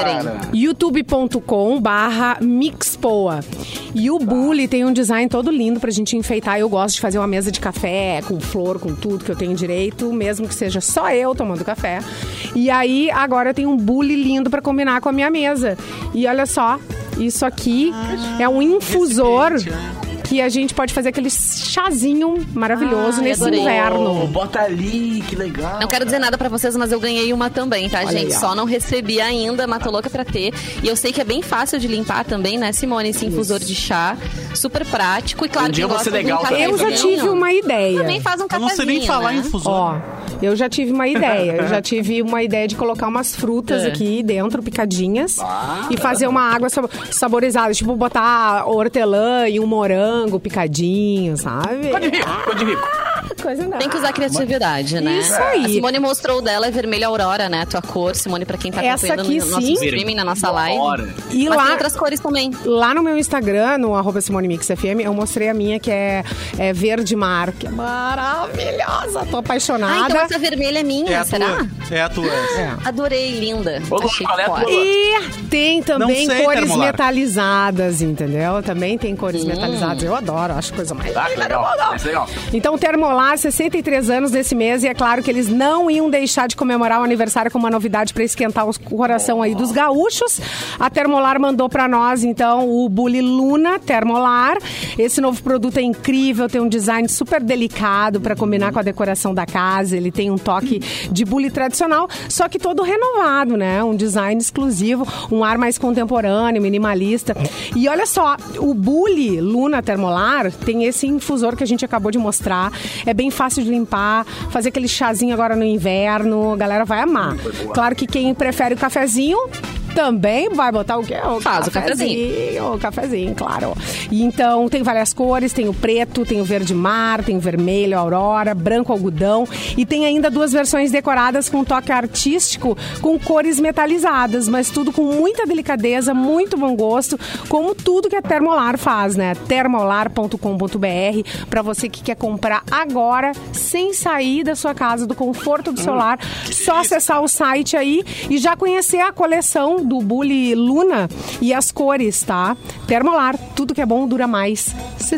A: youtube.com/mixpoa. E o Bully tem um design todo lindo pra gente enfeitar. Eu gosto de fazer uma mesa de café com flor, com tudo que eu tenho direito, mesmo que seja só eu tomando café. E aí, agora eu tenho um Bully lindo pra combinar com a minha mesa. E olha só, isso aqui é um infusor que a gente pode fazer aquele chazinho maravilhoso nesse
B: adorei.
A: inverno.
C: Bota ali, que legal.
B: Não quero dizer nada pra vocês, mas eu ganhei uma também, tá,
A: Olha
B: gente?
A: aí, ó.
B: Só não recebi ainda, mas tô louca pra ter. E eu sei que é bem fácil de limpar também, né, Simone? Esse infusor de chá, super prático. E claro,
C: Um dia
B: quem
C: eu vou ser
B: gosta de
C: legal também.
A: Eu já tive uma ideia.
B: Também faz um
E: Eu não
B: cafezinho,
E: sei nem falar
B: né?
E: em infusor.
A: Ó, eu já tive uma ideia. Eu já tive uma ideia de colocar umas frutas aqui dentro, picadinhas, e fazer uma água saborizada. Tipo, botar hortelã e um morango picadinho, sabe?
C: Ficou de rico.
A: Coisa não.
B: Tem que usar a criatividade, né?
A: Isso aí.
B: A Simone mostrou o dela, é vermelho aurora, né? Tua cor, Simone, pra quem tá
A: Essa
B: acompanhando
A: aqui,
B: no nosso
A: sim.
B: streaming, na nossa live.
A: E
B: Mas
A: lá,
B: tem outras cores também.
A: lá no meu Instagram, no @SimoneMixFM, eu mostrei a minha, que é verde mar, que é maravilhosa. Tô apaixonada.
B: Então essa vermelha é minha,
E: É a
B: será?
E: tua. É a tua.
B: Adorei, linda.
C: Ô,
B: Achei
C: qual é a tua?
B: foda.
A: E tem também
E: Não sei,
A: cores
E: Termolar.
A: metalizadas, entendeu? Também tem cores metalizadas. Eu adoro, acho coisa mais
C: Ah, que
A: linda do
C: legal.
A: mundo.
C: Isso é legal.
A: Então, Termolar, 63 anos nesse mês, e é claro que eles não iam deixar de comemorar o aniversário com uma novidade para esquentar o coração aí dos gaúchos. A Termolar mandou para nós, então, o Bully Luna Termolar. Esse novo produto é incrível, tem um design super delicado para combinar com a decoração da casa. Ele tem um toque de Bully tradicional, só que todo renovado, né? Um design exclusivo, um ar mais contemporâneo, minimalista. E olha só, o Bully Luna Termolar tem esse infusor que a gente acabou de mostrar. É bem fácil de limpar, fazer aquele chazinho agora no inverno, a galera vai amar. Claro que quem prefere o cafezinho também vai botar o quê?
B: Faz o cafezinho.
A: O cafezinho, claro. E então tem várias cores, tem o preto, tem o verde mar, tem o vermelho, aurora, branco algodão, e tem ainda 2 versões decoradas com toque artístico, com cores metalizadas, mas tudo com muita delicadeza, muito bom gosto, como tudo que a Termolar faz, né? termolar.com.br, para você que quer comprar agora, sem sair da sua casa, do conforto do seu lar, só acessar o site aí e já conhecer a coleção do Bully Luna e as cores, tá? Termolar, tudo que é bom dura mais.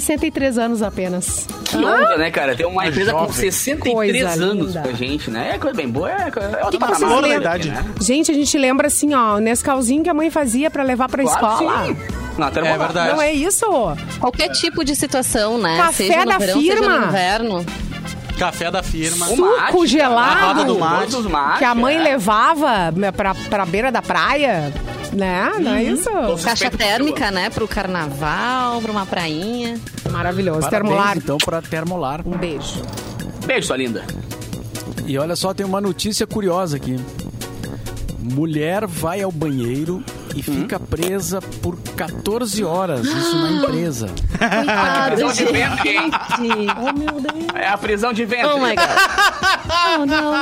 A: 63 anos apenas.
C: Que onda, né, cara? Tem uma empresa com 63
A: Coisa
C: anos
A: linda.
C: com a gente, né? É coisa bem boa, é outra
A: que vocês
C: patamar,
A: lembram?
E: Verdade.
C: né?
A: Gente, a gente lembra assim, ó, o Nescauzinho que a mãe fazia pra levar pra escola.
C: Sim. Não, até
E: É verdade.
A: Não é isso?
B: Qualquer tipo de situação, né?
A: Café
B: seja no
A: da
B: verão,
A: firma.
B: seja no inverno.
E: Café da firma.
C: O mate,
A: Suco
C: cara,
A: gelado.
C: na roda do
E: Todos
C: mate,
E: os
C: mate,
A: Que a mãe
C: é.
A: levava pra beira da praia, né? Não é isso?
B: Caixa térmica, né? Pro carnaval, pra uma prainha.
A: Maravilhoso.
D: Parabéns,
A: Termolar,
D: então, pra Termolar.
A: um beijo.
C: Beijo, sua linda.
D: E olha só, tem uma notícia curiosa aqui. Mulher vai ao banheiro e fica presa por 14 horas, isso na empresa.
C: Prisão de ventre, hein?
A: Oh, meu Deus.
C: É a prisão de ventre.
B: Oh my God.
A: Oh, não.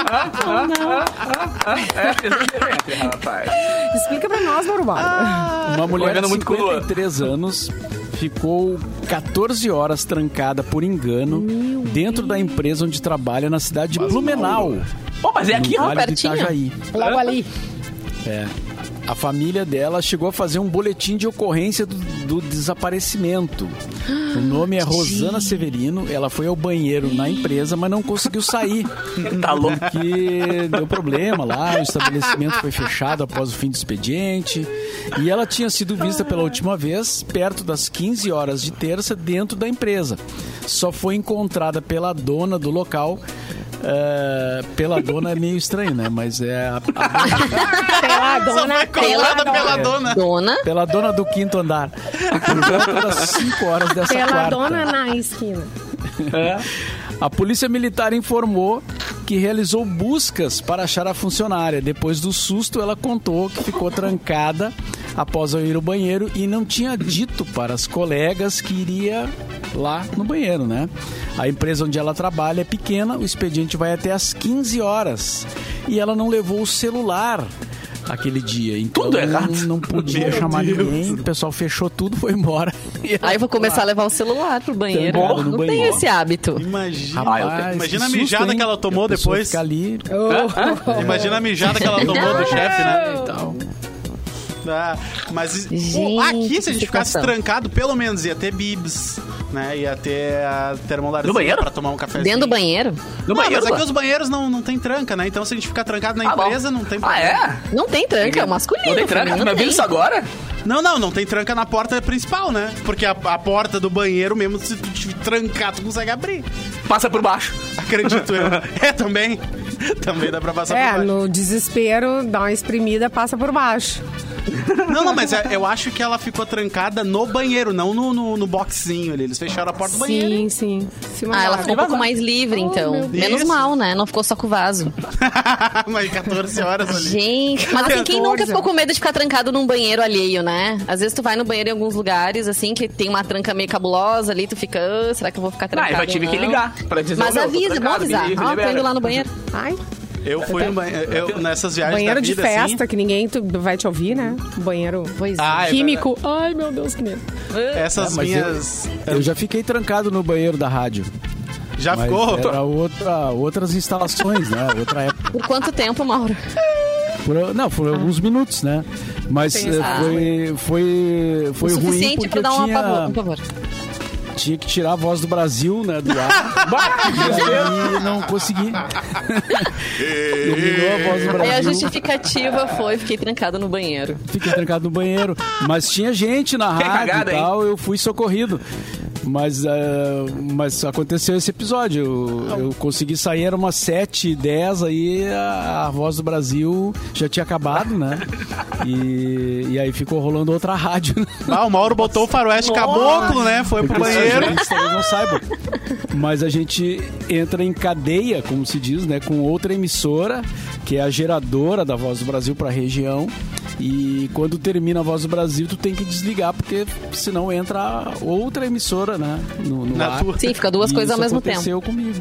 C: É a prisão de ventre, rapaz.
A: Explica pra nós, Borubá.
D: Uma mulher
C: Olhando
D: de
C: muito com o Luan.
D: 53 anos ficou 14 horas trancada por engano dentro da empresa onde trabalha na cidade de Blumenau.
C: Pô, mas é aqui,
D: no
C: ó,
D: Vale do
B: pertinho.
D: Itajaí.
A: Logo ali.
D: É. A família dela chegou a fazer um boletim de ocorrência do desaparecimento. O nome é Rosana Severino. Ela foi ao banheiro na empresa, mas não conseguiu sair.
C: Tá louco.
D: Porque deu problema lá, o estabelecimento foi fechado após o fim do expediente. E ela tinha sido vista pela última vez perto das 15 horas de terça dentro da empresa. Só foi encontrada pela dona do local. Pela dona é meio estranho, né? Mas é
A: Pela dona.
D: pela dona do quinto andar. Por volta das 5 horas dessa
A: Pela
D: quarta.
A: dona na esquina.
D: A polícia militar informou que realizou buscas para achar a funcionária. Depois do susto, ela contou que ficou trancada após ir ao banheiro e não tinha dito para as colegas que iria lá no banheiro, né? A empresa onde ela trabalha é pequena, o expediente vai até às 15 horas. E ela não levou o celular aquele dia. Então
C: Tudo errado.
D: não podia chamar ninguém. O pessoal fechou tudo, foi embora. E ela
B: Aí eu vou começar a levar o celular pro banheiro.
D: Trancado no
B: Não
D: banheiro.
B: tenho esse hábito.
E: Imagina,
D: Rapaz,
E: imagina a
D: que susto,
E: mijada
D: hein?
E: que ela tomou
D: A pessoa
E: depois.
D: fica ali
E: Imagina a mijada que ela tomou do chefe, né?
D: e tal.
E: Ah, mas
B: Gente,
E: aqui, se a gente
B: que
E: ficasse
B: situação.
E: trancado, pelo menos ia ter bibs, né? Ia ter a termolarzinha
C: No banheiro?
E: pra tomar um cafezinho.
B: Dentro do banheiro?
C: No
E: Não,
C: banheiro,
E: mas aqui
C: mano.
E: os banheiros não tem tranca, né? Então se a gente ficar trancado na
C: bom.
E: empresa, não tem
C: Ah,
E: problema.
C: é?
B: Não tem tranca, é o masculino.
C: Não tem tranca?
B: feminino
C: Tu não viu
B: tem.
C: isso agora?
E: Não tem tranca na porta principal, né? Porque a porta do banheiro mesmo, se tu te trancar, tu consegue abrir.
C: Passa por baixo.
E: Acredito eu. É, também. Também dá pra passar por baixo.
A: No desespero, dá uma espremida, passa por baixo.
E: Não, mas eu acho que ela ficou trancada no banheiro, não no boxinho ali. Eles fecharam a porta do banheiro.
A: Sim. Se
B: Ah,
A: mandaram.
B: ela ficou um pouco mais livre, então. Menos
E: Isso.
B: mal, né? Não ficou só com o vaso.
E: Mas 14 horas ali.
B: Gente, mas assim, quem
A: 14,
B: nunca ficou
A: né?
B: com medo de ficar trancado num banheiro alheio, né? Às vezes tu vai no banheiro em alguns lugares, assim, que tem uma tranca meio cabulosa ali, tu fica, será que eu vou ficar
C: Não,
B: trancado?
C: eu já tive
B: ou
C: que
B: não?
C: ligar pra dizer,
B: Mas
C: meu, tô
B: avisa, vamos
C: trancado,
B: avisar.
C: me
B: Ó, tô
C: libera.
B: indo lá no banheiro.
A: Ai,
E: Eu fui no banheiro, nessas viagens
A: banheiro
E: da
A: de
E: vida,
A: festa,
E: assim,
A: que ninguém vai te ouvir, né? Banheiro
B: Pois é.
E: Ah, é
A: químico. Ai, meu Deus, que medo.
E: essas
D: Mas
E: minhas...
D: eu já fiquei trancado no banheiro da rádio.
E: Já
D: Mas
E: ficou?
D: era outras instalações, né? Outra época.
B: Por quanto tempo, Mauro?
D: Foram alguns minutos, né? Mas foi
B: O
D: ruim
B: suficiente
D: porque
B: pra dar
D: eu
B: um pavor.
D: tinha que tirar a voz do Brasil, né? Do ar. E aí não consegui. Eliminou a voz do
B: Aí a
D: Brasil.
B: justificativa foi, fiquei trancado no banheiro.
D: Fiquei trancado no banheiro. Mas tinha gente na
C: Que
D: rádio
C: cagada,
D: e tal, eu fui socorrido. Mas aconteceu esse episódio. Eu consegui sair, era umas 7h10, aí a Voz do Brasil já tinha acabado, né? E aí ficou rolando outra rádio.
E: Ah, o Mauro botou o faroeste caboclo, né? Foi pro
D: Porque
E: banheiro.
D: os talvez não saibam. Mas a gente entra em cadeia, como se diz, né? Com outra emissora, que é a geradora da Voz do Brasil para a região. E quando termina a Voz do Brasil, tu tem que desligar, porque senão entra outra emissora, né? No
E: Na
D: ar.
E: tua.
B: Sim, fica duas
D: E
B: coisas ao
D: isso
B: mesmo tempo.
D: aconteceu comigo.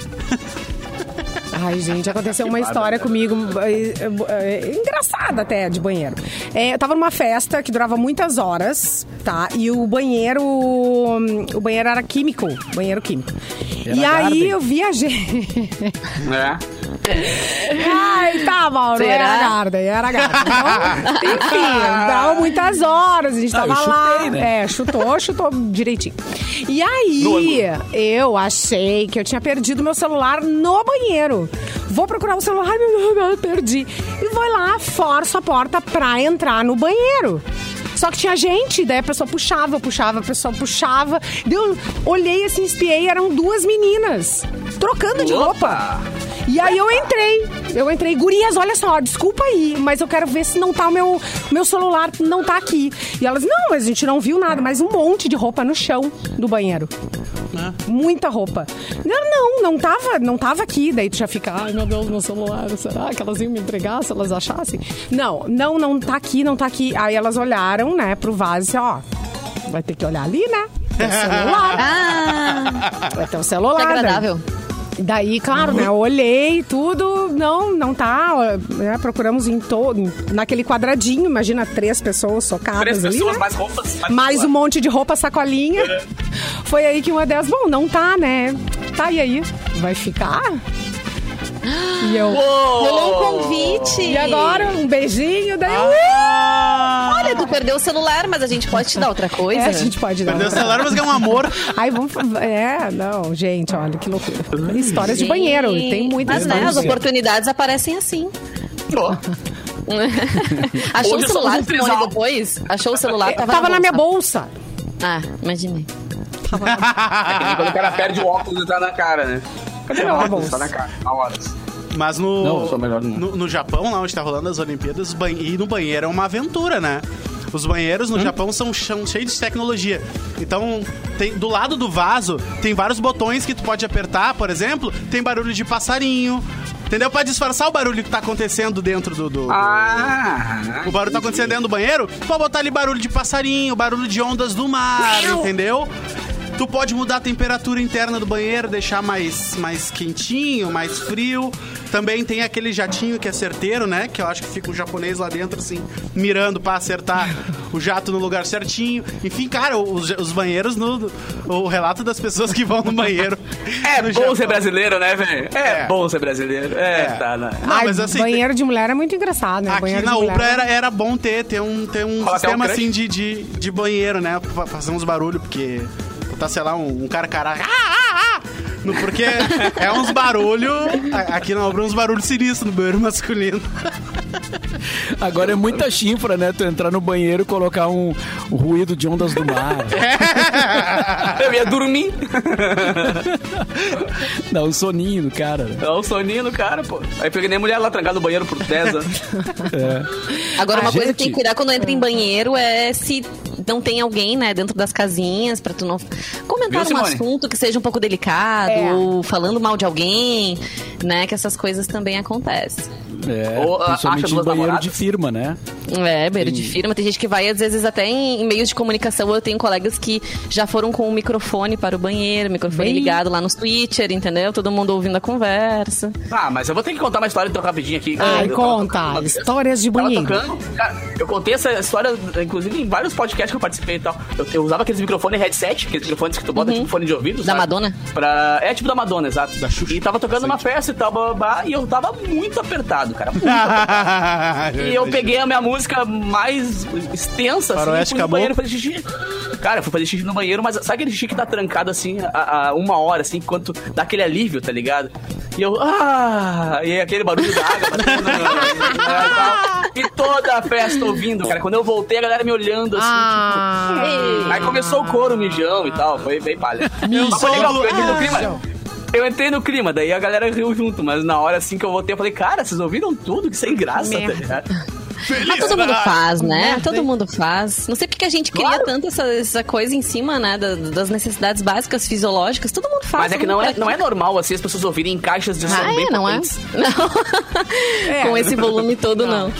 A: Ai, gente, aconteceu uma história comigo engraçada até, de banheiro. Eu tava numa festa que durava muitas horas, tá? E o banheiro era químico, banheiro químico.
D: Era
A: e aí
D: Garden.
A: eu viajei.
C: É.
A: Ai, tá, Mauro,
B: Será?
A: era Garden. Então, enfim, dava muitas horas, a gente tava
D: eu chutei,
A: lá.
D: né?
A: Chutou direitinho. E aí, eu achei que eu tinha perdido meu celular no banheiro. Vou procurar o celular, eu perdi. E vou lá, forço a porta pra entrar no banheiro. Só que tinha gente, daí a pessoa puxava, a pessoa puxava. Eu olhei assim, espiei, eram duas meninas trocando de roupa. E aí eu entrei, gurias, olha só, desculpa aí, mas eu quero ver se não tá o meu celular, não tá aqui. E elas, não, mas a gente não viu nada, mas um monte de roupa no chão do banheiro. Muita roupa. Não tava aqui. Daí tu já fica, ai meu Deus, meu celular, será que elas iam me entregar se elas achassem? Não tá aqui, não tá aqui. Aí elas olharam, né, pro vaso e ó, vai ter que olhar ali, né? Tem o celular.
B: Ah,
A: Vai ter o celular.
B: que
A: né?
B: agradável.
A: Daí, claro, né? Eu olhei tudo, não tá. Né, procuramos naquele quadradinho, imagina 3 pessoas socadas
C: 3
A: ali,
C: pessoas,
A: né?
C: mais roupas.
A: Mais um monte de roupa, sacolinha. Foi aí que uma delas, bom, não tá, né? Tá, e aí? Vai ficar? E eu...
B: Rolou um convite.
A: E agora? Um beijinho, daí...
B: Olha, tu perdeu o celular, mas a gente pode te dar outra coisa.
A: a gente pode dar.
E: Perdeu o celular, mas é um amor.
A: Aí vamos... não, gente, olha, que loucura. Histórias de banheiro, tem muitas
B: Mas, né,
A: histórias.
B: as oportunidades aparecem assim.
C: Ó,
B: Achou
C: Hoje
B: o celular,
C: somos um
B: Simone,
C: trisal.
B: depois? Achou o celular?
A: Tava na minha bolsa.
B: Ah, imaginei.
C: é que nem quando o cara perde o óculos e tá na cara, né? Cadê meu óculos? Tá na cara, na hora.
E: Mas
C: Não, sou melhor não.
E: no Japão, lá onde tá rolando as Olimpíadas, ir no banheiro é uma aventura, né? Os banheiros no Japão são cheios de tecnologia. Então, do lado do vaso, tem vários botões que tu pode apertar, por exemplo, tem barulho de passarinho, entendeu? Pra disfarçar o barulho que tá acontecendo dentro do o barulho tá acontecendo dentro do banheiro, pode botar ali barulho de passarinho, barulho de ondas do mar, entendeu? Tu pode mudar a temperatura interna do banheiro, deixar mais quentinho, mais frio. Também tem aquele jatinho que é certeiro, né? Que eu acho que fica um japonês lá dentro, assim, mirando pra acertar o jato no lugar certinho. Enfim, cara, os banheiros, o relato das pessoas que vão no banheiro.
C: É
E: no
C: bom
E: Japão.
C: ser brasileiro, né, velho? É bom ser brasileiro. Tá, né?
E: Não,
A: Ai,
E: mas assim,
A: banheiro de mulher é muito engraçado, né?
E: aqui
A: Banheiro
E: na
A: de mulher
E: Ubra era bom ter um
C: Fala até
E: sistema
C: um
E: assim de banheiro, né? Pra fazer uns barulhos, porque tá, sei lá, um cara porque é uns barulhos. Aqui na Ubra, uns barulhos sinistros no banheiro masculino.
D: Agora é muita chifra, né? Tu entrar no banheiro e colocar um ruído de ondas do mar.
C: Eu ia dormir.
D: Dá um soninho no cara. Né?
C: Dá um soninho no cara, pô. Aí peguei nem mulher lá trancada no banheiro por 10 anos.
B: Agora, uma coisa
D: gente-
B: que tem que cuidar quando entra em banheiro é se não tem alguém, né, dentro das casinhas, pra tu não comentar
C: Viu,
B: um
C: Simone?
B: assunto que seja um pouco delicado, ou falando mal de alguém, né, que essas coisas também acontecem.
C: Ou,
D: Principalmente
C: acha
D: em
C: duas
D: banheiro
C: namoradas?
D: de firma, né?
B: Banheiro de firma. Tem gente que vai, às vezes, até em meios de comunicação. Eu tenho colegas que já foram com o microfone para o banheiro, microfone ligado lá no Twitter, entendeu? Todo mundo ouvindo a conversa.
C: Mas eu vou ter que contar uma história então rapidinho aqui.
A: Ai,
C: Eu
A: conta. Histórias de
C: tava
A: banheiro.
C: tocando, cara, eu contei essa história, inclusive, em vários podcasts que eu participei e tal. Eu usava aqueles microfones headset, aqueles microfones que tu bota tipo fone de ouvido,
B: Da
C: sabe?
B: Madonna?
C: É tipo da Madonna, exato. E tava tocando uma festa e tal, e eu tava muito apertado, cara. Muito apertado. E eu peguei a minha música mais extensa, assim,
E: Faroeste
C: e fui no
E: acabou?
C: banheiro fazer xixi. Cara, eu fui fazer xixi no banheiro, mas sabe aquele xixi que tá trancado, assim, a 1 hora, assim, enquanto dá aquele alívio, tá ligado? E eu, e aquele barulho da água batendo e toda a festa ouvindo, cara. Quando eu voltei, a galera me olhando, assim, tipo... Aí começou o coro, mijão e tal, foi bem palha. Mas foi legal, porque eu entrei no clima. Eu entrei no clima, daí a galera riu junto, mas na hora, assim, que eu voltei, eu falei, cara, vocês ouviram tudo? Que sem graça, tá ligado?
B: Mas todo mundo faz, né? Todo mundo faz. Não sei porque a gente cria
C: Claro.
B: tanto essa coisa em cima, né? Das necessidades básicas fisiológicas. Todo mundo faz.
C: Mas é que não é normal, assim, as pessoas ouvirem em caixas de som bem
B: não é?
C: potentes.
B: Não. Com esse volume todo, não.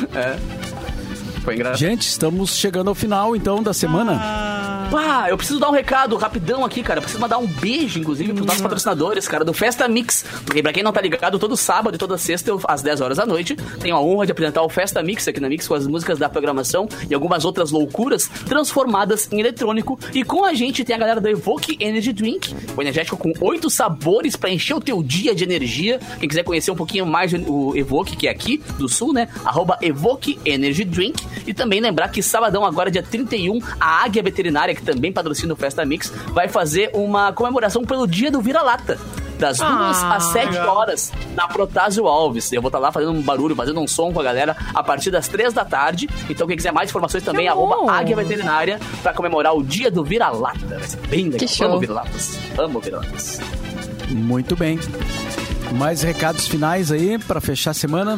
C: Foi engraçado.
D: Gente, estamos chegando ao final, então, da semana.
C: Eu preciso dar um recado rapidão aqui, cara. Eu preciso mandar um beijo, inclusive, pros nossos patrocinadores, cara, do Festa Mix. Porque pra quem não tá ligado, todo sábado e toda sexta, às 10 horas da noite, tenho a honra de apresentar o Festa Mix aqui na Mix, com as músicas da programação e algumas outras loucuras transformadas em eletrônico. E com a gente tem a galera do Evoque Energy Drink, o energético com 8 sabores pra encher o teu dia de energia. Quem quiser conhecer um pouquinho mais o Evoque, que é aqui do Sul, né? @Evoque Energy Drink. E também lembrar que sabadão, agora dia 31, a Águia Veterinária, que também patrocina o Festa Mix, vai fazer uma comemoração pelo Dia do Vira-Lata. Das 2 às 7 horas, na Protásio Alves. Eu vou estar lá fazendo um barulho, fazendo um som com a galera a partir das 3 da tarde. Então, quem quiser mais informações também, @Águia Veterinária, pra comemorar o Dia do Vira-Lata. Vai ser bem legal.
B: Que show.
C: Amo vira-latas. Amo vira-latas.
D: Muito bem. Mais recados finais aí, pra fechar a semana.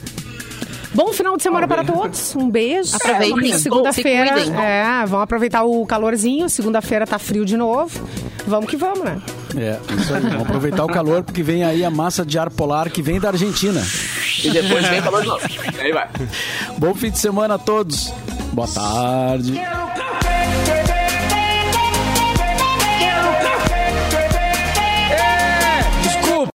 A: Bom final de semana para todos. Um beijo.
B: Aproveitem.
A: Segunda-feira.
B: Se cuidem.
A: Vamos aproveitar o calorzinho. Segunda-feira tá frio de novo. Vamos que vamos, né?
D: Isso aí. Vamos aproveitar o calor, porque vem aí a massa de ar polar que vem da Argentina.
C: E depois vem calor de novo. Aí vai.
D: Bom fim de semana a todos. Boa tarde.